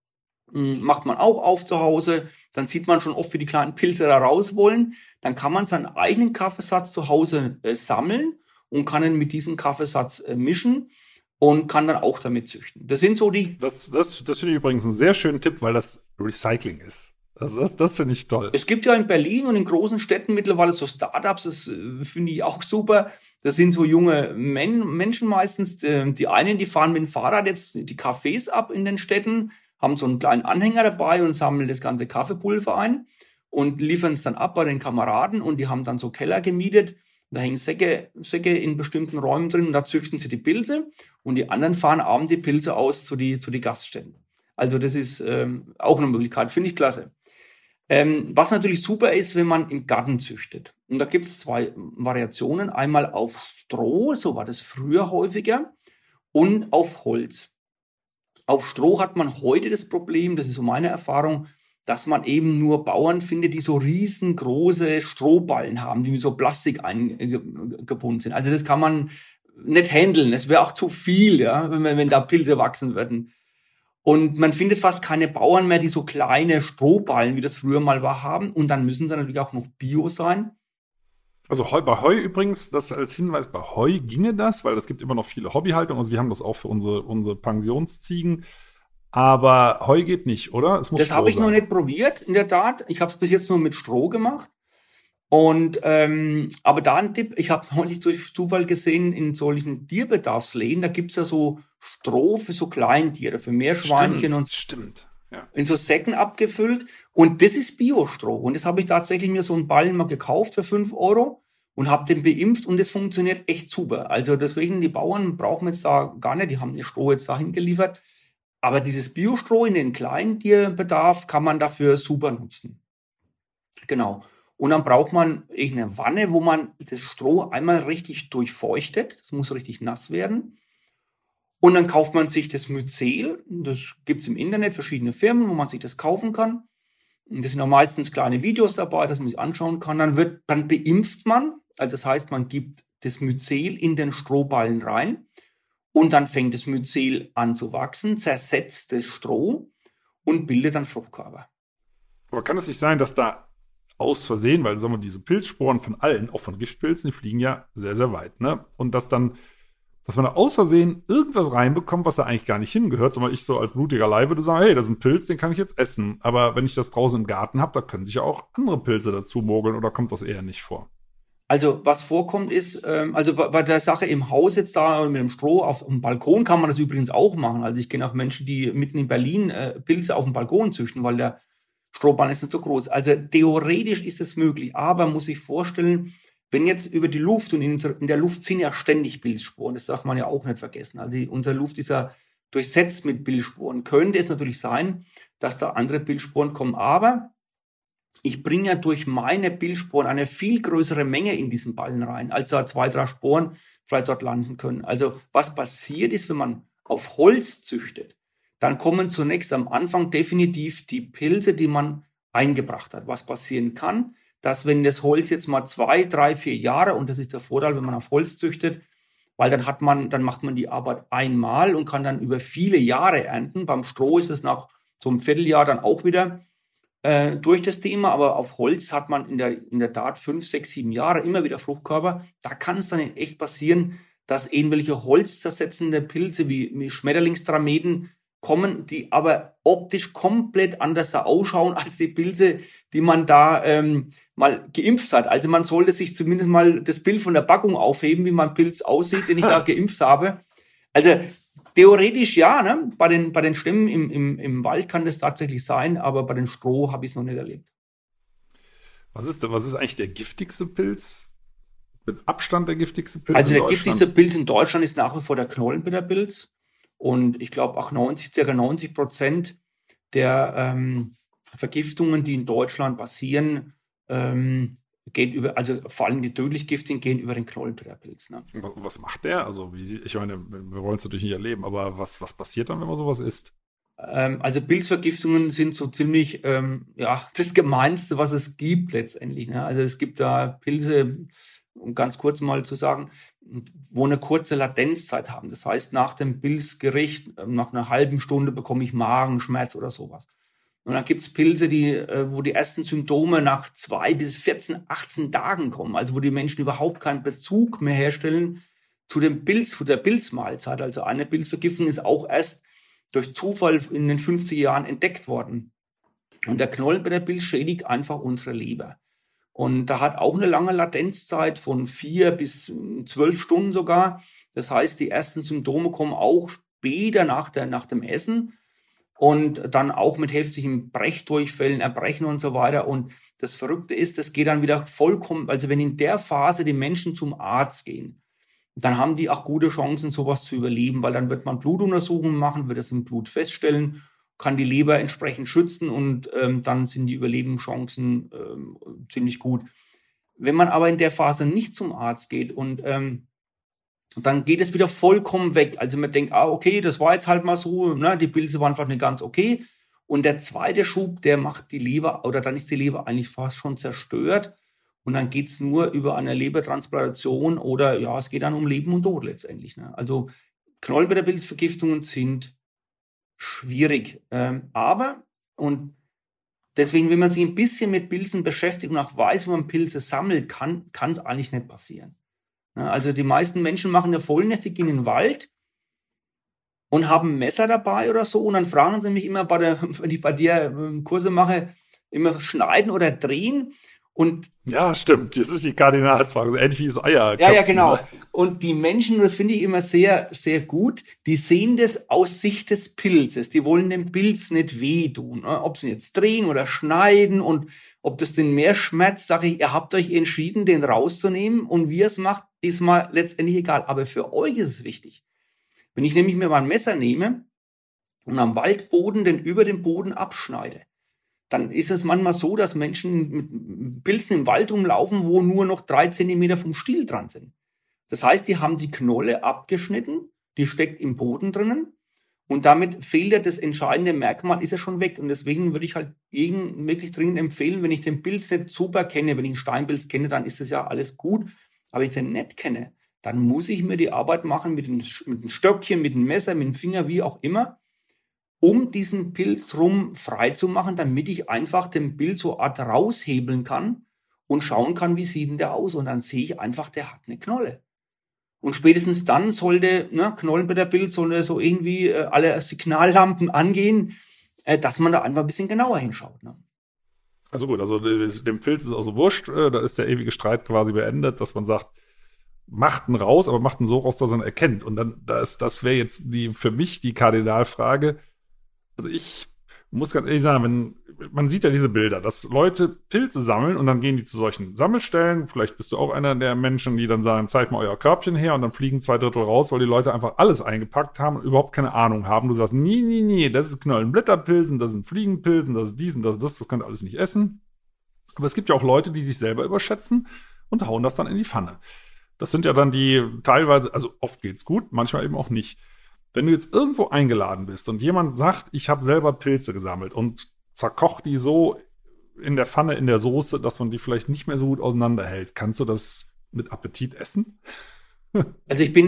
macht man auch auf zu Hause. Dann sieht man schon oft, wie die kleinen Pilze da raus wollen. Dann kann man seinen eigenen Kaffeesatz zu Hause sammeln und kann ihn mit diesem Kaffeesatz mischen und kann dann auch damit züchten. Das sind so die... Das finde ich übrigens einen sehr schönen Tipp, weil das Recycling ist. Also das finde ich toll. Es gibt ja in Berlin und in großen Städten mittlerweile so Startups, das finde ich auch super. Das sind so junge Menschen meistens. Die einen, die fahren mit dem Fahrrad jetzt die Cafés ab in den Städten, haben so einen kleinen Anhänger dabei und sammeln das ganze Kaffeepulver ein und liefern es dann ab bei den Kameraden und die haben dann so Keller gemietet. Da hängen Säcke in bestimmten Räumen drin und da züchten sie die Pilze und die anderen fahren abends die Pilze aus zu die Gaststätten. Also das ist auch eine Möglichkeit, finde ich klasse. Was natürlich super ist, wenn man im Garten züchtet. Und da gibt es 2 Variationen. Einmal auf Stroh, so war das früher häufiger, und auf Holz. Auf Stroh hat man heute das Problem, das ist so meine Erfahrung, dass man eben nur Bauern findet, die so riesengroße Strohballen haben, die mit so Plastik eingebunden sind. Also das kann man nicht handeln. Es wäre auch zu viel, ja, wenn da Pilze wachsen würden. Und man findet fast keine Bauern mehr, die so kleine Strohballen, wie das früher mal war, haben. Und dann müssen sie natürlich auch noch Bio sein. Also bei Heu übrigens, das als Hinweis, bei Heu ginge das, weil es gibt immer noch viele Hobbyhaltungen. Also wir haben das auch für unsere Pensionsziegen. Aber Heu geht nicht, oder? Es muss Das habe ich Stroh noch sein. nicht probiert, in der Tat. Ich habe es bis jetzt nur mit Stroh gemacht. Und aber da ein Tipp, ich habe neulich durch Zufall gesehen, in solchen Tierbedarfsläden, da gibt's ja so Stroh für so Kleintiere, für Meerschweinchen und Stimmt. Ja. in so Säcken abgefüllt. Und das ist Biostroh. Und das habe ich tatsächlich mir so einen Ballen mal gekauft für 5 Euro und habe den beimpft und das funktioniert echt super. Also deswegen, die Bauern brauchen jetzt da gar nicht, die haben ihr Stroh jetzt dahin geliefert. Aber dieses Biostroh in den Kleintierbedarf kann man dafür super nutzen. Genau. Und dann braucht man eine Wanne, wo man das Stroh einmal richtig durchfeuchtet. Das muss richtig nass werden. Und dann kauft man sich das Myzel. Das gibt's im Internet, verschiedene Firmen, wo man sich das kaufen kann. Und das sind auch meistens kleine Videos dabei, dass man sich anschauen kann. Dann beimpft man. Also das heißt, man gibt das Myzel in den Strohballen rein. Und dann fängt das Myzel an zu wachsen, zersetzt das Stroh und bildet dann Fruchtkörper. Aber kann es nicht sein, dass da aus Versehen, weil sagen wir, diese Pilzsporen von allen, auch von Giftpilzen, die fliegen ja sehr, sehr weit, ne? Und dass man da aus Versehen irgendwas reinbekommt, was da eigentlich gar nicht hingehört, sondern ich so als blutiger Laie würde sagen, hey, das ist ein Pilz, den kann ich jetzt essen. Aber wenn ich das draußen im Garten habe, da können sich ja auch andere Pilze dazu mogeln oder kommt das eher nicht vor? Also was vorkommt ist, also bei der Sache im Haus jetzt da mit dem Stroh auf dem Balkon kann man das übrigens auch machen. Also ich kenne auch Menschen, die mitten in Berlin Pilze auf dem Balkon züchten, weil der Strohballen ist nicht so groß. Also theoretisch ist es möglich, aber man muss sich vorstellen, wenn jetzt über die Luft und in der Luft sind ja ständig Pilzsporen, das darf man ja auch nicht vergessen. Also unsere Luft ist ja durchsetzt mit Pilzsporen. Könnte es natürlich sein, dass da andere Pilzsporen kommen, aber ich bringe ja durch meine Pilzsporen eine viel größere Menge in diesen Ballen rein, als da 2, 3 Sporen vielleicht dort landen können. Also was passiert ist, wenn man auf Holz züchtet, dann kommen zunächst am Anfang definitiv die Pilze, die man eingebracht hat. Was passieren kann, dass wenn das Holz jetzt mal 2, 3, 4 Jahre, und das ist der Vorteil, wenn man auf Holz züchtet, weil dann macht man die Arbeit einmal und kann dann über viele Jahre ernten. Beim Stroh ist es nach so einem Vierteljahr dann auch wieder durch das Thema, aber auf Holz hat man in der Tat 5, 6, 7 Jahre immer wieder Fruchtkörper. Da kann es dann in echt passieren, dass irgendwelche holzzersetzende Pilze wie Schmetterlingstrameden kommen, die aber optisch komplett anders ausschauen als die Pilze, die man da mal geimpft hat. Also man sollte sich zumindest mal das Bild von der Packung aufheben, wie mein Pilz aussieht, den ich da geimpft habe. Also theoretisch ja, ne? Bei den Stämmen im Wald kann das tatsächlich sein, aber bei den Stroh habe ich es noch nicht erlebt. Was ist eigentlich der giftigste Pilz? Mit Abstand der giftigste Pilz Also in der Deutschland? giftigste Pilz in Deutschland ist nach wie vor der Knollenbitterpilz. Und ich glaube auch ca. 90% der Vergiftungen, die in Deutschland passieren, gehen über, also vor allem die tödlich giftigen, gehen über den Knollenbitterpilz. Ne? Was macht der? Also, ich meine, wir wollen es natürlich nicht erleben, aber was passiert dann, wenn man sowas isst? Also Pilzvergiftungen sind so ziemlich das Gemeinste, was es gibt letztendlich. Ne? Also es gibt da Pilze, um ganz kurz mal zu sagen, wo eine kurze Latenzzeit haben. Das heißt, nach dem Pilzgericht, nach einer halben Stunde bekomme ich Magenschmerz oder sowas. Und dann gibt es Pilze, wo die ersten Symptome nach 2 bis 14, 18 Tagen kommen. Also wo die Menschen überhaupt keinen Bezug mehr herstellen zu dem Pilz, zu der Pilzmahlzeit. Also eine Pilzvergiftung ist auch erst durch Zufall in den 50er Jahren entdeckt worden. Und der Knollenbitterpilz schädigt einfach unsere Leber. Und da hat auch eine lange Latenzzeit von 4 bis 12 Stunden sogar. Das heißt, die ersten Symptome kommen auch später nach dem Essen und dann auch mit heftigen Brechdurchfällen, Erbrechen und so weiter. Und das Verrückte ist, das geht dann wieder vollkommen, also wenn in der Phase die Menschen zum Arzt gehen, dann haben die auch gute Chancen, sowas zu überleben, weil dann wird man Blutuntersuchungen machen, wird das im Blut feststellen, kann die Leber entsprechend schützen und dann sind die Überlebenschancen ziemlich gut. Wenn man aber in der Phase nicht zum Arzt geht und dann geht es wieder vollkommen weg. Also man denkt, okay, das war jetzt halt mal so, ne, die Pilze waren einfach nicht ganz okay. Und der zweite Schub, der macht die Leber, oder dann ist die Leber eigentlich fast schon zerstört. Und dann geht's nur über eine Lebertransplantation oder ja, es geht dann um Leben und Tod letztendlich. Ne? Also Knollenblätterpilzvergiftungen sind schwierig. Aber, und deswegen, wenn man sich ein bisschen mit Pilzen beschäftigt und auch weiß, wo man Pilze sammeln kann, kann es eigentlich nicht passieren. Ne? Also die meisten Menschen machen ja Folgendes, die gehen in den Wald und haben ein Messer dabei oder so und dann fragen sie mich immer, wenn ich bei dir Kurse mache, immer schneiden oder drehen. Und ja, stimmt. Das ist die Kardinalsfrage. So ähnlich wie das Eier. Ja, genau. Und die Menschen, das finde ich immer sehr, sehr gut, die sehen das aus Sicht des Pilzes. Die wollen dem Pilz nicht wehtun. Ob sie jetzt drehen oder schneiden und ob das den mehr schmerzt, sage ich, ihr habt euch entschieden, den rauszunehmen und wie ihr es macht, ist mal letztendlich egal. Aber für euch ist es wichtig. Wenn ich nämlich mir mal ein Messer nehme und am Waldboden über den Boden abschneide, dann ist es manchmal so, dass Menschen mit Pilzen im Wald rumlaufen, wo nur noch 3 Zentimeter vom Stiel dran sind. Das heißt, die haben die Knolle abgeschnitten, die steckt im Boden drinnen und damit fehlt ja das entscheidende Merkmal, ist ja schon weg. Und deswegen würde ich halt jedem wirklich dringend empfehlen, wenn ich den Pilz nicht super kenne, wenn ich einen Steinpilz kenne, dann ist das ja alles gut. Aber wenn ich den nicht kenne, dann muss ich mir die Arbeit machen mit dem Stöckchen, mit dem Messer, mit dem Finger, wie auch immer, um diesen Pilz rum frei zu machen, damit ich einfach den Pilz so Art raushebeln kann und schauen kann, wie sieht denn der aus. Und dann sehe ich einfach, der hat eine Knolle. Und spätestens dann sollte, Knollenblätterpilz, sollte so irgendwie alle Signallampen angehen, dass man da einfach ein bisschen genauer hinschaut. Ne? Also gut, also dem Pilz ist also wurscht, da ist der ewige Streit quasi beendet, dass man sagt, macht ihn raus, aber macht ihn so raus, dass er ihn erkennt. Und dann, das wäre jetzt für mich die Kardinalfrage. Also ich muss ganz ehrlich sagen, man sieht ja diese Bilder, dass Leute Pilze sammeln und dann gehen die zu solchen Sammelstellen. Vielleicht bist du auch einer der Menschen, die dann sagen, zeigt mal euer Körbchen her und dann fliegen 2/3 raus, weil die Leute einfach alles eingepackt haben und überhaupt keine Ahnung haben. Du sagst, nee, das ist Knollenblätterpilzen, das sind Fliegenpilzen, das ist dies und das könnt ihr alles nicht essen. Aber es gibt ja auch Leute, die sich selber überschätzen und hauen das dann in die Pfanne. Das sind ja dann die teilweise, also oft geht's gut, manchmal eben auch nicht. Wenn du jetzt irgendwo eingeladen bist und jemand sagt, ich habe selber Pilze gesammelt und zerkocht die so in der Pfanne, in der Soße, dass man die vielleicht nicht mehr so gut auseinanderhält, kannst du das mit Appetit essen? Also ich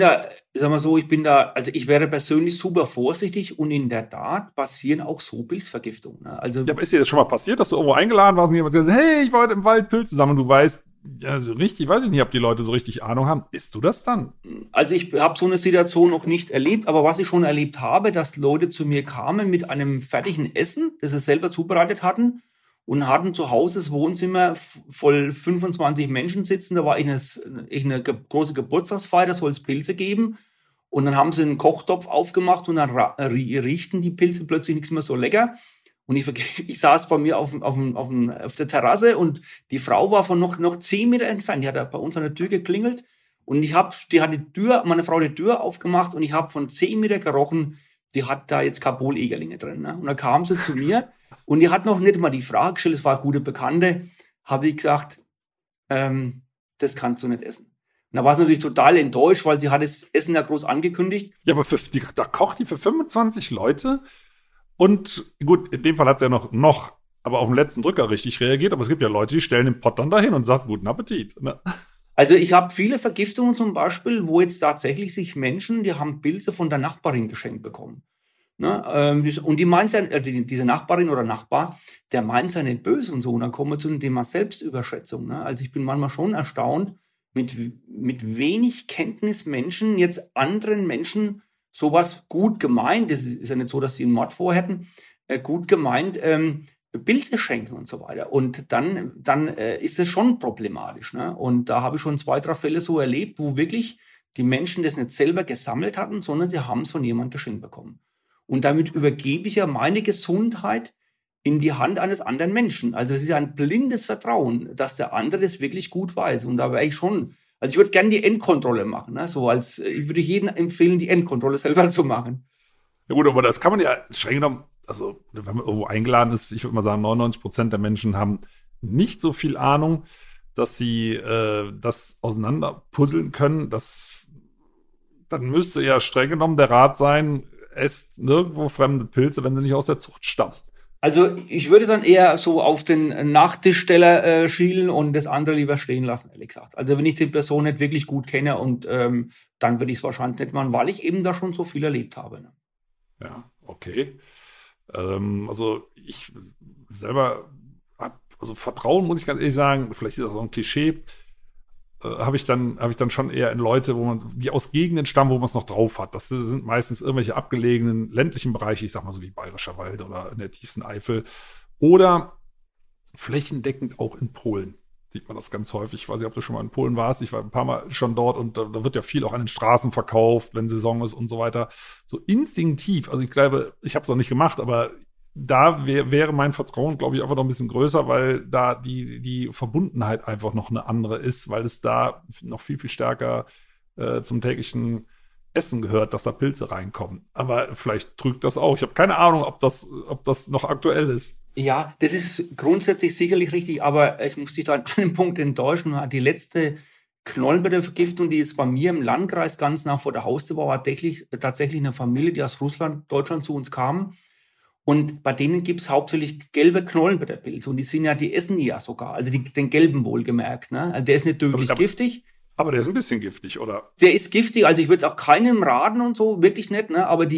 wäre persönlich super vorsichtig und in der Tat passieren auch so Pilzvergiftungen. Ne? Also, ja, aber ist dir das schon mal passiert, dass du irgendwo eingeladen warst und jemand gesagt hat, hey, ich war heute im Wald Pilze sammeln, du weißt, ja, so richtig, weiß ich nicht, ob die Leute so richtig Ahnung haben. Isst du das dann? Also ich habe so eine Situation noch nicht erlebt, aber was ich schon erlebt habe, dass Leute zu mir kamen mit einem fertigen Essen, das sie selber zubereitet hatten und hatten zu Hause das Wohnzimmer voll 25 Menschen sitzen. Da war eine große Geburtstagsfeier, da soll es Pilze geben. Und dann haben sie einen Kochtopf aufgemacht und dann riechten die Pilze plötzlich nichts mehr so lecker. Und ich saß bei mir auf der Terrasse und die Frau war von noch 10 Meter entfernt. Die hat bei uns an der Tür geklingelt und meine Frau die Tür aufgemacht und ich habe von 10 Meter gerochen, die hat da jetzt Carbol-Egerlinge drin. Ne? Und dann kam sie zu mir und die hat noch nicht mal die Frage gestellt, es war eine gute Bekannte, habe ich gesagt, das kannst du nicht essen. Und da war sie natürlich total enttäuscht, weil sie hat das Essen ja groß angekündigt. Ja, aber da kocht die für 25 Leute. Und gut, in dem Fall hat es ja noch, aber auf den letzten Drücker richtig reagiert. Aber es gibt ja Leute, die stellen den Pott dann dahin und sagen, guten Appetit. Ne? Also ich habe viele Vergiftungen zum Beispiel, wo jetzt tatsächlich sich Menschen, die haben Pilze von der Nachbarin geschenkt bekommen. Ne? Und die meint ja, diese Nachbarin oder Nachbar, der meint ja nicht böse und so. Und dann kommen wir zu dem Thema Selbstüberschätzung. Ne? Also ich bin manchmal schon erstaunt, mit wenig Kenntnis Menschen jetzt anderen Menschen sowas gut gemeint, das ist ja nicht so, dass sie einen Mord vorhätten, gut gemeint, Pilze schenken und so weiter. Und dann ist es schon problematisch. Ne? Und da habe ich schon 2, 3 Fälle so erlebt, wo wirklich die Menschen das nicht selber gesammelt hatten, sondern sie haben es von jemandem geschenkt bekommen. Und damit übergebe ich ja meine Gesundheit in die Hand eines anderen Menschen. Also es ist ja ein blindes Vertrauen, dass der andere das wirklich gut weiß. Und da wäre ich schon, also ich würde gerne die Endkontrolle machen. Ne? Ich würde jedem empfehlen, die Endkontrolle selber zu machen. Ja gut, aber das kann man ja streng genommen, also wenn man irgendwo eingeladen ist, ich würde mal sagen, 99% der Menschen haben nicht so viel Ahnung, dass sie das auseinanderpuzzeln können. Dann müsste ja streng genommen der Rat sein, esst nirgendwo fremde Pilze, wenn sie nicht aus der Zucht stammen. Also ich würde dann eher so auf den Nachtischsteller schielen und das andere lieber stehen lassen, ehrlich gesagt. Also wenn ich die Person nicht wirklich gut kenne und dann würde ich es wahrscheinlich nicht machen, weil ich eben da schon so viel erlebt habe. Ne? Ja, okay. Also ich selber habe, also Vertrauen, muss ich ganz ehrlich sagen, vielleicht ist das auch ein Klischee, habe ich dann schon eher in Leute, die aus Gegenden stammen, wo man es noch drauf hat. Das sind meistens irgendwelche abgelegenen ländlichen Bereiche, ich sag mal so wie Bayerischer Wald oder in der tiefsten Eifel. Oder flächendeckend auch in Polen sieht man das ganz häufig. Ich weiß nicht, ob du schon mal in Polen warst. Ich war ein paar Mal schon dort und da wird ja viel auch an den Straßen verkauft, wenn Saison ist und so weiter. So instinktiv, also ich glaube, ich habe es noch nicht gemacht, aber da wäre mein Vertrauen, glaube ich, einfach noch ein bisschen größer, weil da die Verbundenheit einfach noch eine andere ist, weil es da noch viel, viel stärker zum täglichen Essen gehört, dass da Pilze reinkommen. Aber vielleicht trügt das auch. Ich habe keine Ahnung, ob das noch aktuell ist. Ja, das ist grundsätzlich sicherlich richtig, aber ich muss dich da an einem Punkt enttäuschen. Die letzte Knollenblättervergiftung, die jetzt bei mir im Landkreis ganz nah vor der Haustür war tatsächlich eine Familie, die aus Russland, Deutschland zu uns kam. Und bei denen gibt's hauptsächlich gelbe Knollenblätterpilze. Und die essen die ja sogar. Also den gelben wohlgemerkt. Ne? Also der ist nicht tödlich giftig. Aber der ist ein bisschen giftig, oder? Der ist giftig. Also ich würde es auch keinem raten und so. Wirklich nicht. Ne? Aber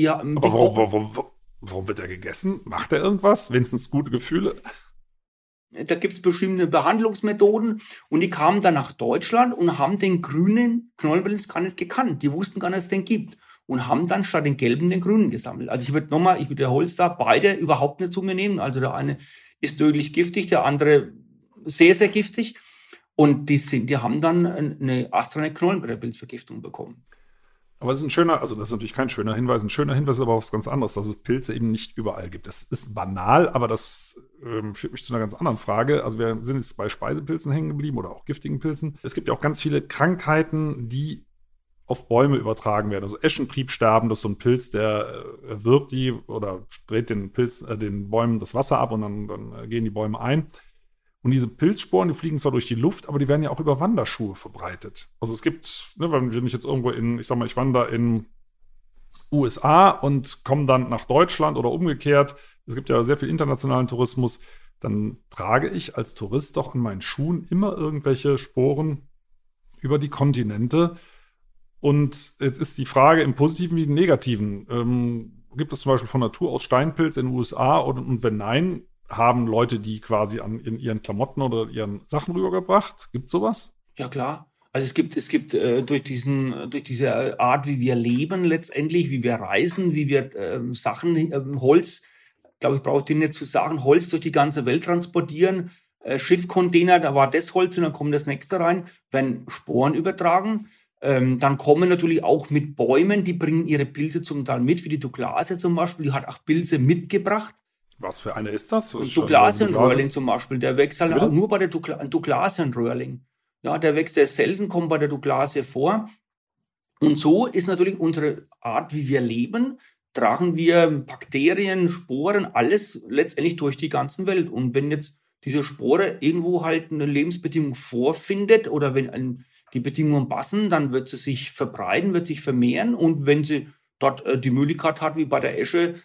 warum wird er gegessen? Macht er irgendwas? Wenigstens gute Gefühle? Da gibt's bestimmte Behandlungsmethoden. Und die kamen dann nach Deutschland und haben den grünen Knollenpilz gar nicht gekannt. Die wussten gar nicht, dass es den gibt. Und haben dann statt den gelben den grünen gesammelt. Also ich wiederhole es da, beide überhaupt nicht zu mir nehmen. Also der eine ist tödlich giftig, der andere sehr, sehr giftig. Und die haben dann eine astreine Knollenblätterpilzvergiftung bekommen. Aber es ist das ist natürlich kein schöner Hinweis. Ein schöner Hinweis ist aber was ganz anderes, dass es Pilze eben nicht überall gibt. Das ist banal, aber das führt mich zu einer ganz anderen Frage. Also wir sind jetzt bei Speisepilzen hängen geblieben oder auch giftigen Pilzen. Es gibt ja auch ganz viele Krankheiten, die auf Bäume übertragen werden. Also Eschentriebsterben, das ist so ein Pilz, der wirkt die oder dreht den Bäumen das Wasser ab und dann gehen die Bäume ein. Und diese Pilzsporen, die fliegen zwar durch die Luft, aber die werden ja auch über Wanderschuhe verbreitet. Also es gibt, wenn ich jetzt irgendwo ich wandere in USA und komme dann nach Deutschland oder umgekehrt, es gibt ja sehr viel internationalen Tourismus, dann trage ich als Tourist doch an meinen Schuhen immer irgendwelche Sporen über die Kontinente. Und jetzt ist die Frage im Positiven wie im Negativen. Gibt es zum Beispiel von Natur aus Steinpilz in den USA? Und wenn nein, haben Leute die quasi in ihren Klamotten oder ihren Sachen rübergebracht? Gibt es sowas? Ja, klar. Also es gibt durch diese Art, wie wir leben letztendlich, wie wir reisen, wie wir Sachen, Holz, glaube ich, brauche ich dir nicht zu sagen, Holz durch die ganze Welt transportieren, Schiffcontainer, da war das Holz und dann kommt das nächste rein, werden Sporen übertragen. Dann kommen natürlich auch mit Bäumen, die bringen ihre Pilze zum Teil mit, wie die Douglasie zum Beispiel, die hat auch Pilze mitgebracht. Was für eine ist das? Douglasienröhrling zum Beispiel, der wächst halt auch nur bei der Douglasienröhrling. Ja, der wächst sehr selten, kommt bei der Douglasie vor. Und so ist natürlich unsere Art, wie wir leben, tragen wir Bakterien, Sporen, alles letztendlich durch die ganze Welt. Und wenn jetzt diese Spore irgendwo halt eine Lebensbedingung vorfindet oder wenn die Bedingungen passen, dann wird sie sich verbreiten, wird sich vermehren. Und wenn sie dort die Möglichkeit hat, wie bei der Esche,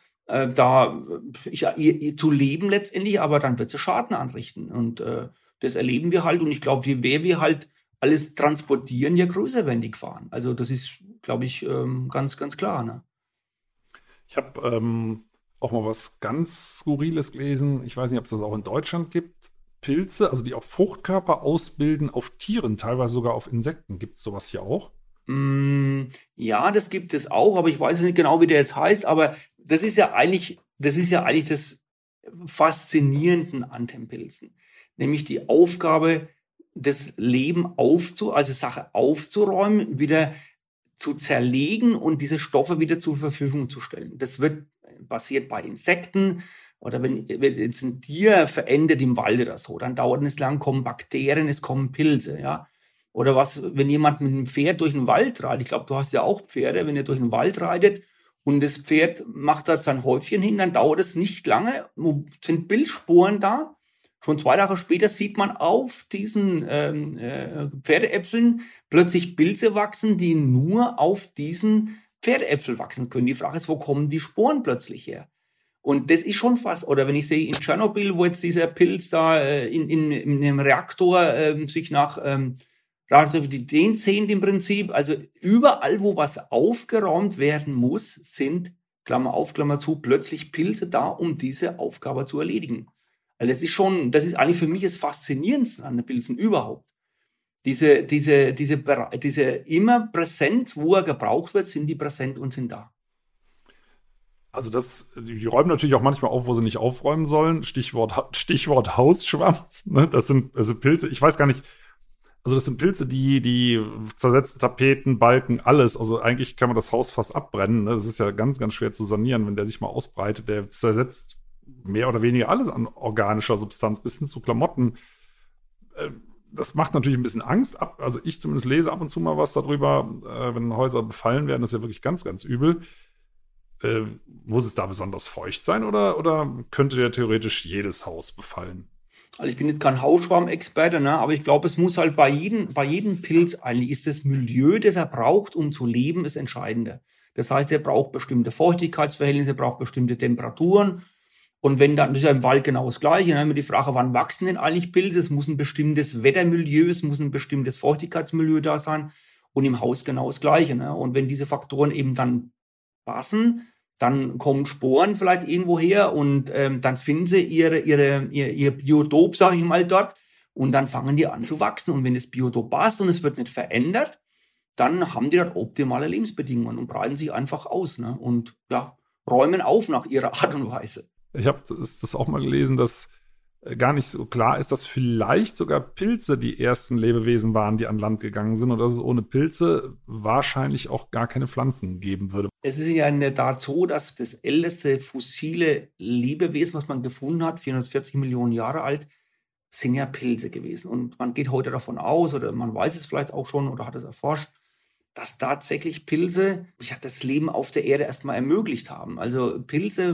zu leben letztendlich, aber dann wird sie Schaden anrichten. Und das erleben wir halt. Und ich glaube, je mehr wir halt alles transportieren, je größer werden die Gefahren. Also das ist, glaube ich, ganz, ganz klar. Ne? Ich habe auch mal was ganz Skurriles gelesen. Ich weiß nicht, ob es das auch in Deutschland gibt. Pilze, also die auch Fruchtkörper ausbilden auf Tieren, teilweise sogar auf Insekten. Gibt es sowas hier auch? Ja, das gibt es auch, aber ich weiß nicht genau, wie der jetzt heißt. Aber das ist ja eigentlich das Faszinierende an den Pilzen. Nämlich die Aufgabe, das Leben also Sache aufzuräumen, wieder zu zerlegen und diese Stoffe wieder zur Verfügung zu stellen. Das passiert bei Insekten oder wenn jetzt ein Tier verendet im Wald oder so, dann dauert es lang, kommen Bakterien, es kommen Pilze, ja. Oder wenn jemand mit einem Pferd durch den Wald reitet, ich glaube, du hast ja auch Pferde, wenn ihr durch den Wald reitet und das Pferd macht da sein Häufchen hin, dann dauert es nicht lange, sind Pilzsporen da. Schon 2 Tage später sieht man auf diesen Pferdeäpfeln plötzlich Pilze wachsen, die nur auf diesen Pferdeäpfel wachsen können. Die Frage ist, wo kommen die Sporen plötzlich her? Und das ist schon fast, oder wenn ich sehe in Tschernobyl, wo jetzt dieser Pilz da in einem Reaktor sich nach den zählt im Prinzip, also überall, wo was aufgeräumt werden muss, sind, Klammer auf, Klammer zu, plötzlich Pilze da, um diese Aufgabe zu erledigen. Also das ist eigentlich für mich das Faszinierendste an den Pilzen überhaupt. Diese immer präsent, wo er gebraucht wird, sind die präsent und sind da. Also die räumen natürlich auch manchmal auf, wo sie nicht aufräumen sollen. Stichwort Hausschwamm. Ne? Das sind also Pilze, ich weiß gar nicht, also das sind Pilze, die zersetzen Tapeten, Balken, alles. Also eigentlich kann man das Haus fast abbrennen. Ne? Das ist ja ganz, ganz schwer zu sanieren, wenn der sich mal ausbreitet. Der zersetzt mehr oder weniger alles an organischer Substanz, bis hin zu Klamotten. Das macht natürlich ein bisschen Angst. Also ich zumindest lese ab und zu mal was darüber, wenn Häuser befallen werden. Das ist ja wirklich ganz, ganz übel. Muss es da besonders feucht sein oder könnte ja theoretisch jedes Haus befallen? Also ich bin jetzt kein Hausschwammexperte, ne? Aber ich glaube, es muss halt bei jedem Pilz eigentlich, ist das Milieu, das er braucht, um zu leben, das Entscheidende. Das heißt, er braucht bestimmte Feuchtigkeitsverhältnisse, er braucht bestimmte Temperaturen. Und wenn dann, das ist ja im Wald genau das Gleiche, dann haben wir die Frage, wann wachsen denn eigentlich Pilze? Es muss ein bestimmtes Wettermilieu, es muss ein bestimmtes Feuchtigkeitsmilieu da sein. Und im Haus genau das Gleiche, ne? Und wenn diese Faktoren eben dann passen, dann kommen Sporen vielleicht irgendwo her und dann finden sie ihr Biotop, sage ich mal, dort und dann fangen die an zu wachsen. Und wenn das Biotop passt und es wird nicht verändert, dann haben die dort optimale Lebensbedingungen und breiten sich einfach aus, ne? Und ja, räumen auf nach ihrer Art und Weise. Ich habe das auch mal gelesen, dass gar nicht so klar ist, dass vielleicht sogar Pilze die ersten Lebewesen waren, die an Land gegangen sind und dass es ohne Pilze wahrscheinlich auch gar keine Pflanzen geben würde. Es ist ja in der Tat so, dass das älteste fossile Lebewesen, was man gefunden hat, 440 Millionen Jahre alt, sind ja Pilze gewesen. Und man geht heute davon aus, oder man weiß es vielleicht auch schon oder hat es erforscht, dass tatsächlich Pilze das Leben auf der Erde erstmal ermöglicht haben. Also Pilze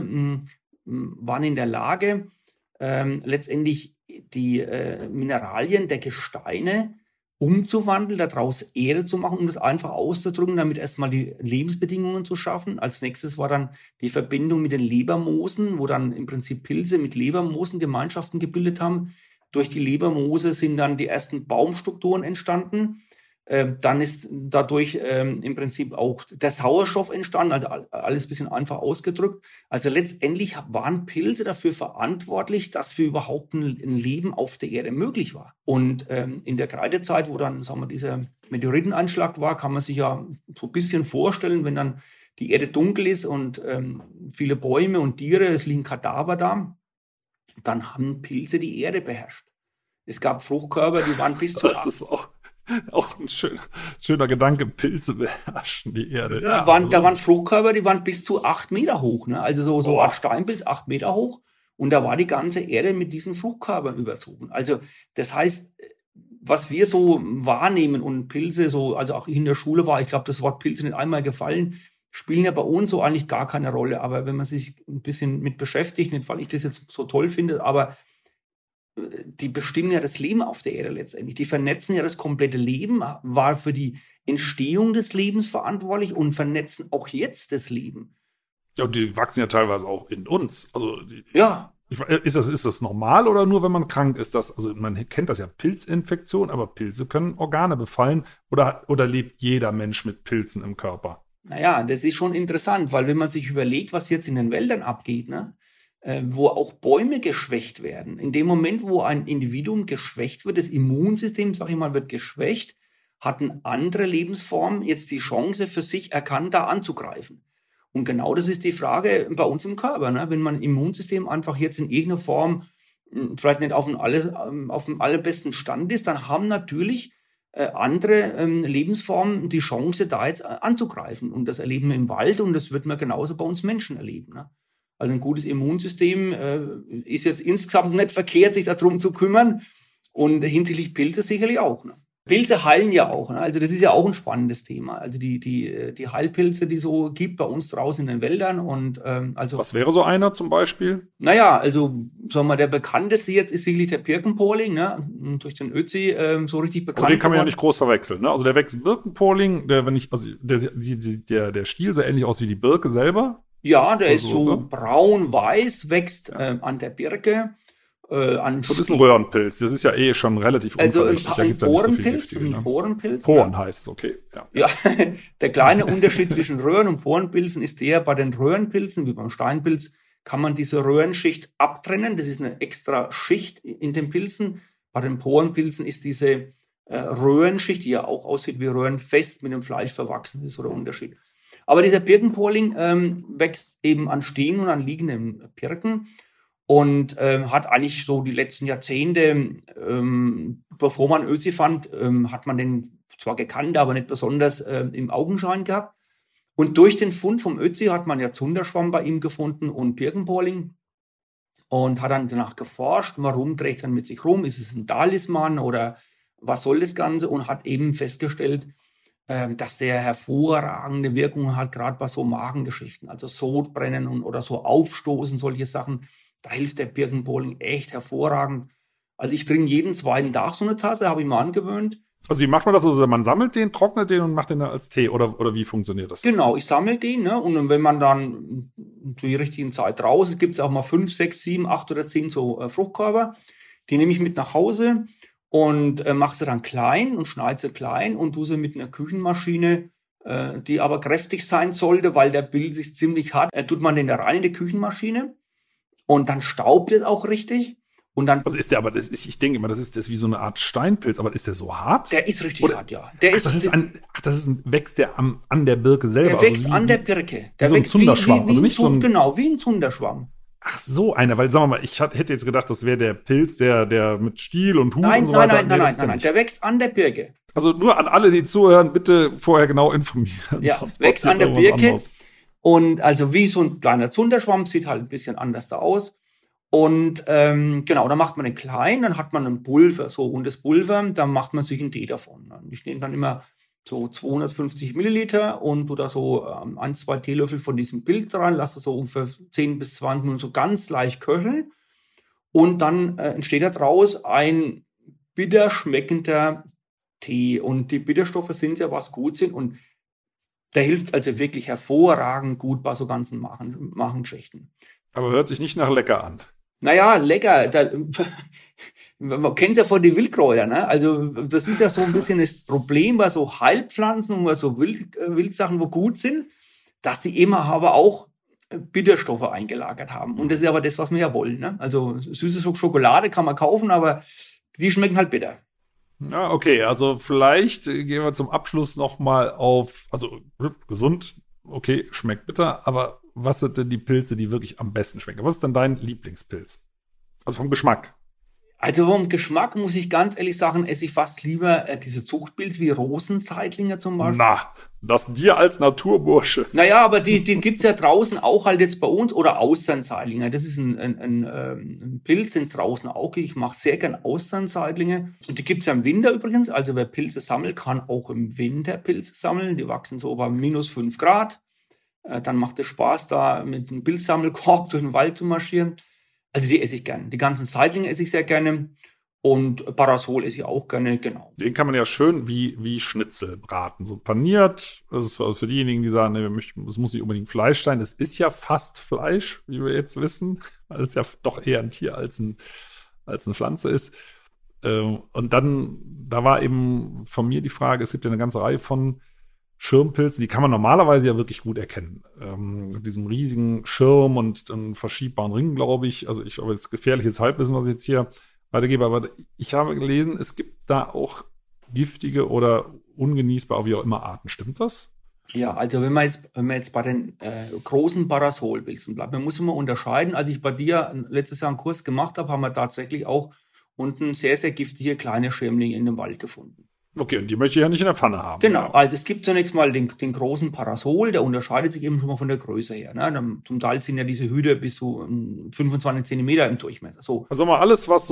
waren in der Lage, letztendlich die Mineralien der Gesteine umzuwandeln, daraus Erde zu machen, um das einfach auszudrücken, damit erstmal die Lebensbedingungen zu schaffen. Als nächstes war dann die Verbindung mit den Lebermoosen, wo dann im Prinzip Pilze mit Lebermoosen Gemeinschaften gebildet haben. Durch die Lebermoose sind dann die ersten Baumstrukturen entstanden. Dann ist dadurch im Prinzip auch der Sauerstoff entstanden, also alles ein bisschen einfach ausgedrückt. Also letztendlich waren Pilze dafür verantwortlich, dass für überhaupt ein Leben auf der Erde möglich war. Und in der Kreidezeit, wo dann sagen wir, dieser Meteoriteneinschlag war, kann man sich ja so ein bisschen vorstellen, wenn dann die Erde dunkel ist und viele Bäume und Tiere, es liegen Kadaver da, dann haben Pilze die Erde beherrscht. Es gab Fruchtkörper, die waren bis zu... Das ist auch ein schöner Gedanke, Pilze beherrschen die Erde. Ja, da waren Fruchtkörper, die waren bis zu 8 Meter hoch. Ne? Also so ein Steinpilz 8 Meter hoch. Und da war die ganze Erde mit diesen Fruchtkörpern überzogen. Also das heißt, was wir so wahrnehmen und Pilze so, also auch in der Schule war, ich glaube, das Wort Pilze nicht einmal gefallen, spielen ja bei uns so eigentlich gar keine Rolle. Aber wenn man sich ein bisschen mit beschäftigt, nicht weil ich das jetzt so toll finde, aber die bestimmen ja das Leben auf der Erde letztendlich. Die vernetzen ja das komplette Leben, war für die Entstehung des Lebens verantwortlich und vernetzen auch jetzt das Leben. Ja, und die wachsen ja teilweise auch in uns. Also ja. Ist das normal oder nur, wenn man krank ist? Also man kennt das ja, Pilzinfektion, aber Pilze können Organe befallen. Oder lebt jeder Mensch mit Pilzen im Körper? Naja, das ist schon interessant, weil wenn man sich überlegt, was jetzt in den Wäldern abgeht, ne? Wo auch Bäume geschwächt werden. In dem Moment, wo ein Individuum geschwächt wird, das Immunsystem, sag ich mal, wird geschwächt, hatten andere Lebensformen jetzt die Chance für sich erkannt, da anzugreifen. Und genau das ist die Frage bei uns im Körper. Ne? Wenn man Immunsystem einfach jetzt in irgendeiner Form vielleicht nicht auf dem allerbesten Stand ist, dann haben natürlich andere Lebensformen die Chance, da jetzt anzugreifen. Und das erleben wir im Wald und das wird man genauso bei uns Menschen erleben. Ne? Also ein gutes Immunsystem ist jetzt insgesamt nicht verkehrt, sich darum zu kümmern. Und hinsichtlich Pilze sicherlich auch. Ne? Pilze heilen ja auch, ne? Also das ist ja auch ein spannendes Thema. Also die Heilpilze, die so gibt bei uns draußen in den Wäldern und also. Was wäre so einer zum Beispiel? Naja, also sagen wir mal, der bekannteste jetzt ist sicherlich der Birkenporling, ne? Und durch den Ötzi so richtig bekannt. Aber den kann man ja nicht groß verwechseln, ne? Also der wächst Birkenporling, der Stiel sah ähnlich aus wie die Birke selber. Ja, der ist so braun-weiß, wächst an der Birke. Das ist ein Röhrenpilz, das ist ja eh schon relativ unverlässlich. Also ein Porenpilz, Poren heißt, okay. Ja, der kleine Unterschied zwischen Röhren- und Porenpilzen ist der, bei den Röhrenpilzen, wie beim Steinpilz, kann man diese Röhrenschicht abtrennen. Das ist eine extra Schicht in den Pilzen. Bei den Porenpilzen ist diese Röhrenschicht, die ja auch aussieht wie Röhren, fest mit dem Fleisch verwachsen. Das ist so der Unterschied. Aber dieser Birkenporling wächst eben an stehenden und an liegenden Birken. Und hat eigentlich so die letzten Jahrzehnte, bevor man Ötzi fand, hat man den zwar gekannt, aber nicht besonders im Augenschein gehabt. Und durch den Fund vom Ötzi hat man ja Zunderschwamm bei ihm gefunden und Birkenporling und hat dann danach geforscht, warum trägt er mit sich rum, ist es ein Talisman oder was soll das Ganze, und hat eben festgestellt, dass der hervorragende Wirkung hat, gerade bei so Magengeschichten, also Sodbrennen oder so Aufstoßen, solche Sachen. Da hilft der Birkenporling echt hervorragend. Also ich trinke jeden zweiten Tag so eine Tasse, habe ich mir angewöhnt. Also wie macht man das? Also man sammelt den, trocknet den und macht den dann als Tee oder wie funktioniert das? Genau, ich sammle den, ne? Und wenn man dann zur richtigen Zeit raus ist, gibt es auch mal 5, 6, 7, 8 oder 10 so Fruchtkörper. Die nehme ich mit nach Hause und mache sie dann klein und schneide sie klein und tue sie mit einer Küchenmaschine, die aber kräftig sein sollte, weil der Pilz ist ziemlich hart. Tut man den da rein in die Küchenmaschine. Und dann staubt es auch richtig. Und dann. Also ist der, aber ich denke immer, das ist wie so eine Art Steinpilz, aber ist der so hart? Der ist richtig hart, ja. Wächst der an der Birke selber? Der wächst an der Birke. Der so ein Zunderschwamm. Genau, wie ein Zunderschwamm. Ach so, einer, weil sagen wir mal, ich hätte jetzt gedacht, das wäre der Pilz, der mit Stiel und Hut und so weiter. Nein, der wächst an der Birke. Also nur an alle, die zuhören, bitte vorher genau informieren. Ja, wächst an der Birke. Anderes. Und also wie so ein kleiner Zunderschwamm, sieht halt ein bisschen anders da aus. Und genau, dann macht man den klein, dann hat man ein Pulver. So, und das Pulver, dann macht man sich einen Tee davon. Ich nehme dann immer so 250 Milliliter und oder so 1, 2 Teelöffel von diesem Pilz rein, lasse so ungefähr 10 bis 20 Minuten so ganz leicht köcheln. Und dann entsteht daraus ein bitter schmeckender Tee. Und die Bitterstoffe sind ja, was gut sind. Und der hilft also wirklich hervorragend gut bei so ganzen Magenschächten. Aber hört sich nicht nach lecker an. Naja, lecker. Man kennt es ja von den Wildkräutern. Ne? Also das ist ja so ein bisschen das Problem bei so Heilpflanzen und bei so Wildsachen, wo gut sind, dass die immer aber auch Bitterstoffe eingelagert haben. Und das ist aber das, was wir ja wollen. Ne? Also süße Schokolade kann man kaufen, aber die schmecken halt bitter. Ja, okay, also vielleicht gehen wir zum Abschluss nochmal auf, also gesund, okay, schmeckt bitter, aber was sind denn die Pilze, die wirklich am besten schmecken? Was ist denn dein Lieblingspilz? Also vom Geschmack. Also vom Geschmack muss ich ganz ehrlich sagen, esse ich fast lieber diese Zuchtpilze wie Rosenseitlinge zum Beispiel. Na, das dir als Naturbursche. Naja, aber die gibt's ja draußen auch halt jetzt bei uns. Oder Austernseitlinge. Das ist ein Pilz, den es draußen auch gibt. Ich mache sehr gern Austernseitlinge. Und die gibt's ja im Winter übrigens. Also wer Pilze sammelt, kann auch im Winter Pilze sammeln. Die wachsen so bei minus 5 Grad. Dann macht es Spaß, da mit einem Pilzsammelkorb durch den Wald zu marschieren. Also die esse ich gerne. Die ganzen Seitlinge esse ich sehr gerne. Und Parasol esse ich auch gerne, genau. Den kann man ja schön wie Schnitzel braten. So paniert. Das ist für diejenigen, die sagen, es muss nicht unbedingt Fleisch sein. Es ist ja fast Fleisch, wie wir jetzt wissen. Weil es ja doch eher ein Tier als eine Pflanze ist. Und dann, da war eben von mir die Frage, es gibt ja eine ganze Reihe von Schirmpilzen, die kann man normalerweise ja wirklich gut erkennen. Mit diesem riesigen Schirm und einem verschiebbaren Ring, glaube ich. Also aber das ist gefährliches Halbwissen, was ich jetzt hier weitergebe. Aber ich habe gelesen, es gibt da auch giftige oder ungenießbare, wie auch immer, Arten. Stimmt das? Ja, also wenn man jetzt bei den großen Parasolpilzen bleibt, man muss immer unterscheiden. Als ich bei dir letztes Jahr einen Kurs gemacht habe, haben wir tatsächlich auch unten sehr, sehr giftige kleine Schirmlinge in dem Wald gefunden. Okay, und die möchte ich ja nicht in der Pfanne haben. Genau, Ja. also es gibt zunächst mal den großen Parasol, der unterscheidet sich eben schon mal von der Größe her. Ne? Zum Teil sind ja diese Hüte bis zu 25 Zentimeter im Durchmesser. So. Also mal alles, was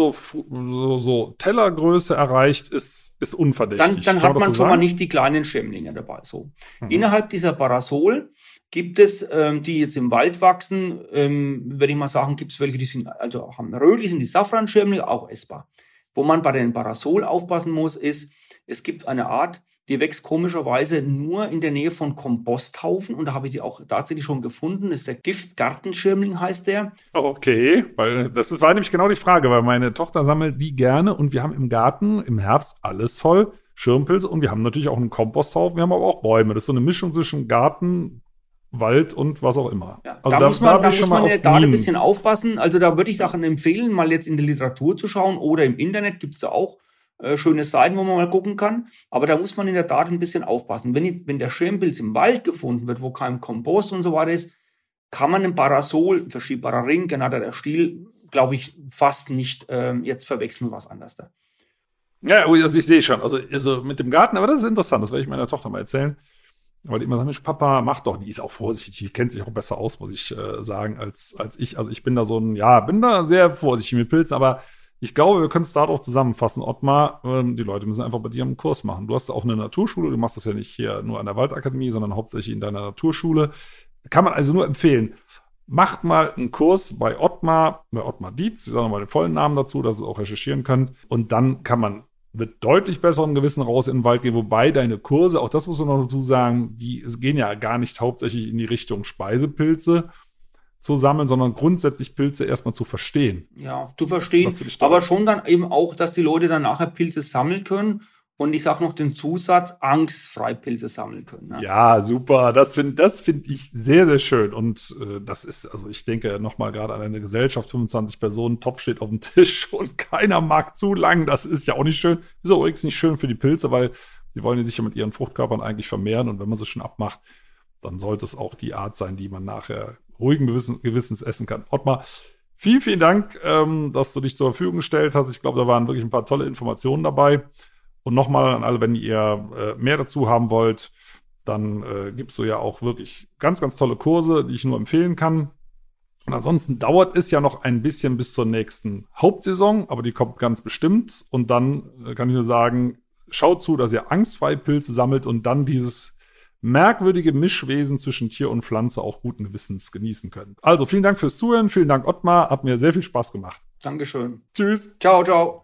so Tellergröße erreicht, ist unverdächtig. Dann hat man schon mal nicht die kleinen Schämmlinge dabei. So. Innerhalb dieser Parasol gibt es, die jetzt im Wald wachsen, würde ich mal sagen, gibt es welche, die sind, also haben rötlich, sind die Safranschirmlinge, auch essbar. Wo man bei den Parasol aufpassen muss, ist, es gibt eine Art, die wächst komischerweise nur in der Nähe von Komposthaufen und da habe ich die auch tatsächlich schon gefunden. Das ist der Giftgartenschirmling, heißt der. Okay, weil das war nämlich genau die Frage, weil meine Tochter sammelt die gerne und wir haben im Garten im Herbst alles voll, Schirmpilze und wir haben natürlich auch einen Komposthaufen, wir haben aber auch Bäume. Das ist so eine Mischung zwischen Garten, Wald und was auch immer. Ja, also da muss man da ein Minen. bisschen aufpassen. Also da würde ich auch empfehlen, mal jetzt in der Literatur zu schauen oder im Internet gibt es da auch schöne Seiten, wo man mal gucken kann. Aber da muss man in der Tat ein bisschen aufpassen. Wenn der Schirmpilz im Wald gefunden wird, wo kein Kompost und so weiter ist, kann man einen Parasol, ein verschiebbarer Ring, genannter der Stiel, glaube ich, fast nicht jetzt verwechseln mit was anderes da. Ja, also ich sehe schon. Also mit dem Garten, aber das ist interessant, das werde ich meiner Tochter mal erzählen. Weil die immer sagen, Mensch, Papa, mach doch. Die ist auch vorsichtig, die kennt sich auch besser aus, muss ich sagen, als ich. Also ich bin da bin da sehr vorsichtig mit Pilzen, aber ich glaube, wir können es da doch zusammenfassen, Ottmar. Die Leute müssen einfach bei dir einen Kurs machen. Du hast auch eine Naturschule, du machst das ja nicht hier nur an der Waldakademie, sondern hauptsächlich in deiner Naturschule. Kann man also nur empfehlen. Macht mal einen Kurs bei Ottmar Dietz, ich sage nochmal den vollen Namen dazu, dass ihr es auch recherchieren könnt. Und dann kann man mit deutlich besserem Gewissen raus in den Wald gehen, wobei deine Kurse, auch das muss man noch dazu sagen, die gehen ja gar nicht hauptsächlich in die Richtung Speisepilze zu sammeln, sondern grundsätzlich Pilze erstmal zu verstehen. Ja, zu verstehen, aber schon dann eben auch, dass die Leute dann nachher Pilze sammeln können und ich sage noch den Zusatz, angstfrei Pilze sammeln können. Ne? Ja, super, das find ich sehr, sehr schön und das ist, also ich denke nochmal gerade an eine Gesellschaft, 25 Personen, Topf steht auf dem Tisch und keiner mag zu lang, das ist ja auch nicht schön. Ist auch übrigens nicht schön für die Pilze, weil die wollen sich ja mit ihren Fruchtkörpern eigentlich vermehren und wenn man sie schon abmacht, dann sollte es auch die Art sein, die man nachher ruhigen Gewissens essen kann. Ottmar, vielen, vielen Dank, dass du dich zur Verfügung gestellt hast. Ich glaube, da waren wirklich ein paar tolle Informationen dabei. Und nochmal an alle, wenn ihr mehr dazu haben wollt, dann gibst du ja auch wirklich ganz, ganz tolle Kurse, die ich nur empfehlen kann. Und ansonsten dauert es ja noch ein bisschen bis zur nächsten Hauptsaison, aber die kommt ganz bestimmt. Und dann kann ich nur sagen, schaut zu, dass ihr angstfrei Pilze sammelt und dann dieses merkwürdige Mischwesen zwischen Tier und Pflanze auch guten Gewissens genießen könnt. Also vielen Dank fürs Zuhören, vielen Dank Ottmar, hat mir sehr viel Spaß gemacht. Dankeschön. Tschüss. Ciao, ciao.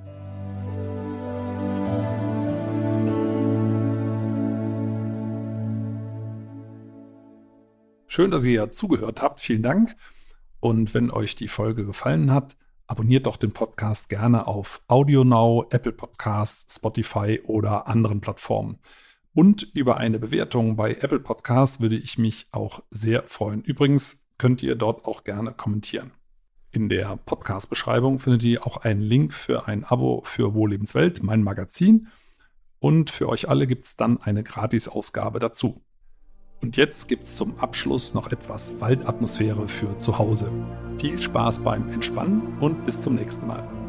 Schön, dass ihr zugehört habt. Vielen Dank. Und wenn euch die Folge gefallen hat, abonniert doch den Podcast gerne auf AudioNow, Apple Podcasts, Spotify oder anderen Plattformen. Und über eine Bewertung bei Apple Podcasts würde ich mich auch sehr freuen. Übrigens könnt ihr dort auch gerne kommentieren. In der Podcast-Beschreibung findet ihr auch einen Link für ein Abo für Wohllebenswelt, mein Magazin. Und für euch alle gibt es dann eine Gratis-Ausgabe dazu. Und jetzt gibt es zum Abschluss noch etwas Waldatmosphäre für zu Hause. Viel Spaß beim Entspannen und bis zum nächsten Mal.